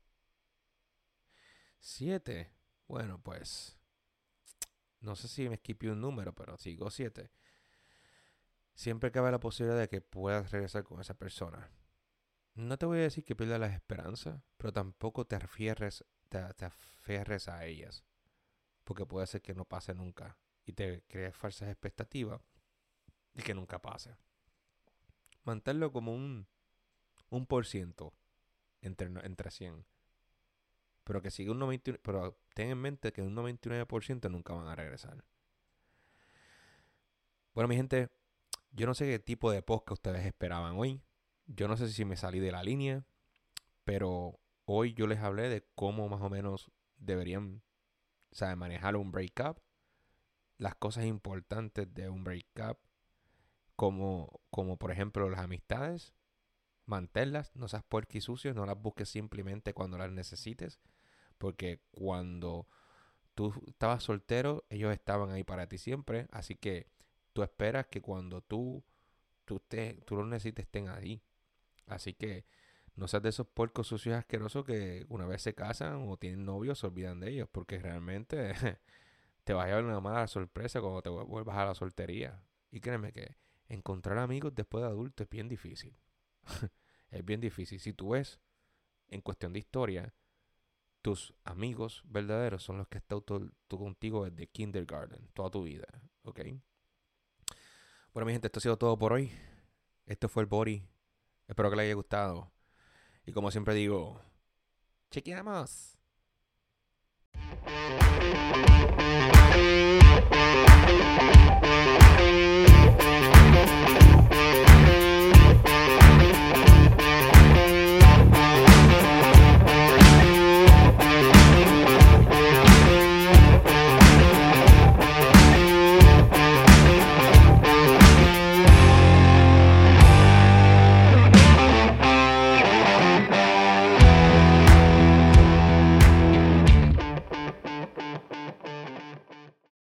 7. Bueno, pues no sé si me esquipé un número, pero sigo 7. Siempre cabe la posibilidad de que puedas regresar con esa persona. No te voy a decir que pierdas las esperanzas, pero tampoco te aferres a ellas, porque puede ser que no pase nunca y te crees falsas expectativas y que nunca pase. Manténlo como un por ciento entre 100, pero que siga un 99, pero ten en mente que un 99% nunca van a regresar. Bueno, mi gente, yo no sé qué tipo de podcast ustedes esperaban hoy. Yo no sé si me salí de la línea, pero hoy yo les hablé de cómo más o menos deberían, ¿sabe?, manejar un breakup, las cosas importantes de un breakup, como por ejemplo las amistades, manténlas, no seas puerco y sucio, no las busques simplemente cuando las necesites, porque cuando tú estabas soltero, ellos estaban ahí para ti siempre, así que tú esperas que cuando tú los necesites estén ahí. Así que no seas de esos puercos sucios asquerosos que una vez se casan o tienen novios se olvidan de ellos, porque realmente te vas a llevar una mala sorpresa cuando te vuelvas a la soltería. Y créeme que encontrar amigos después de adulto es bien difícil. Es bien difícil. Si tú ves, en cuestión de historia, tus amigos verdaderos son los que están tú contigo desde kindergarten, toda tu vida. ¿Ok? Bueno, mi gente, esto ha sido todo por hoy. Esto fue el Body. Espero que les haya gustado. Y como siempre digo, chequeamos.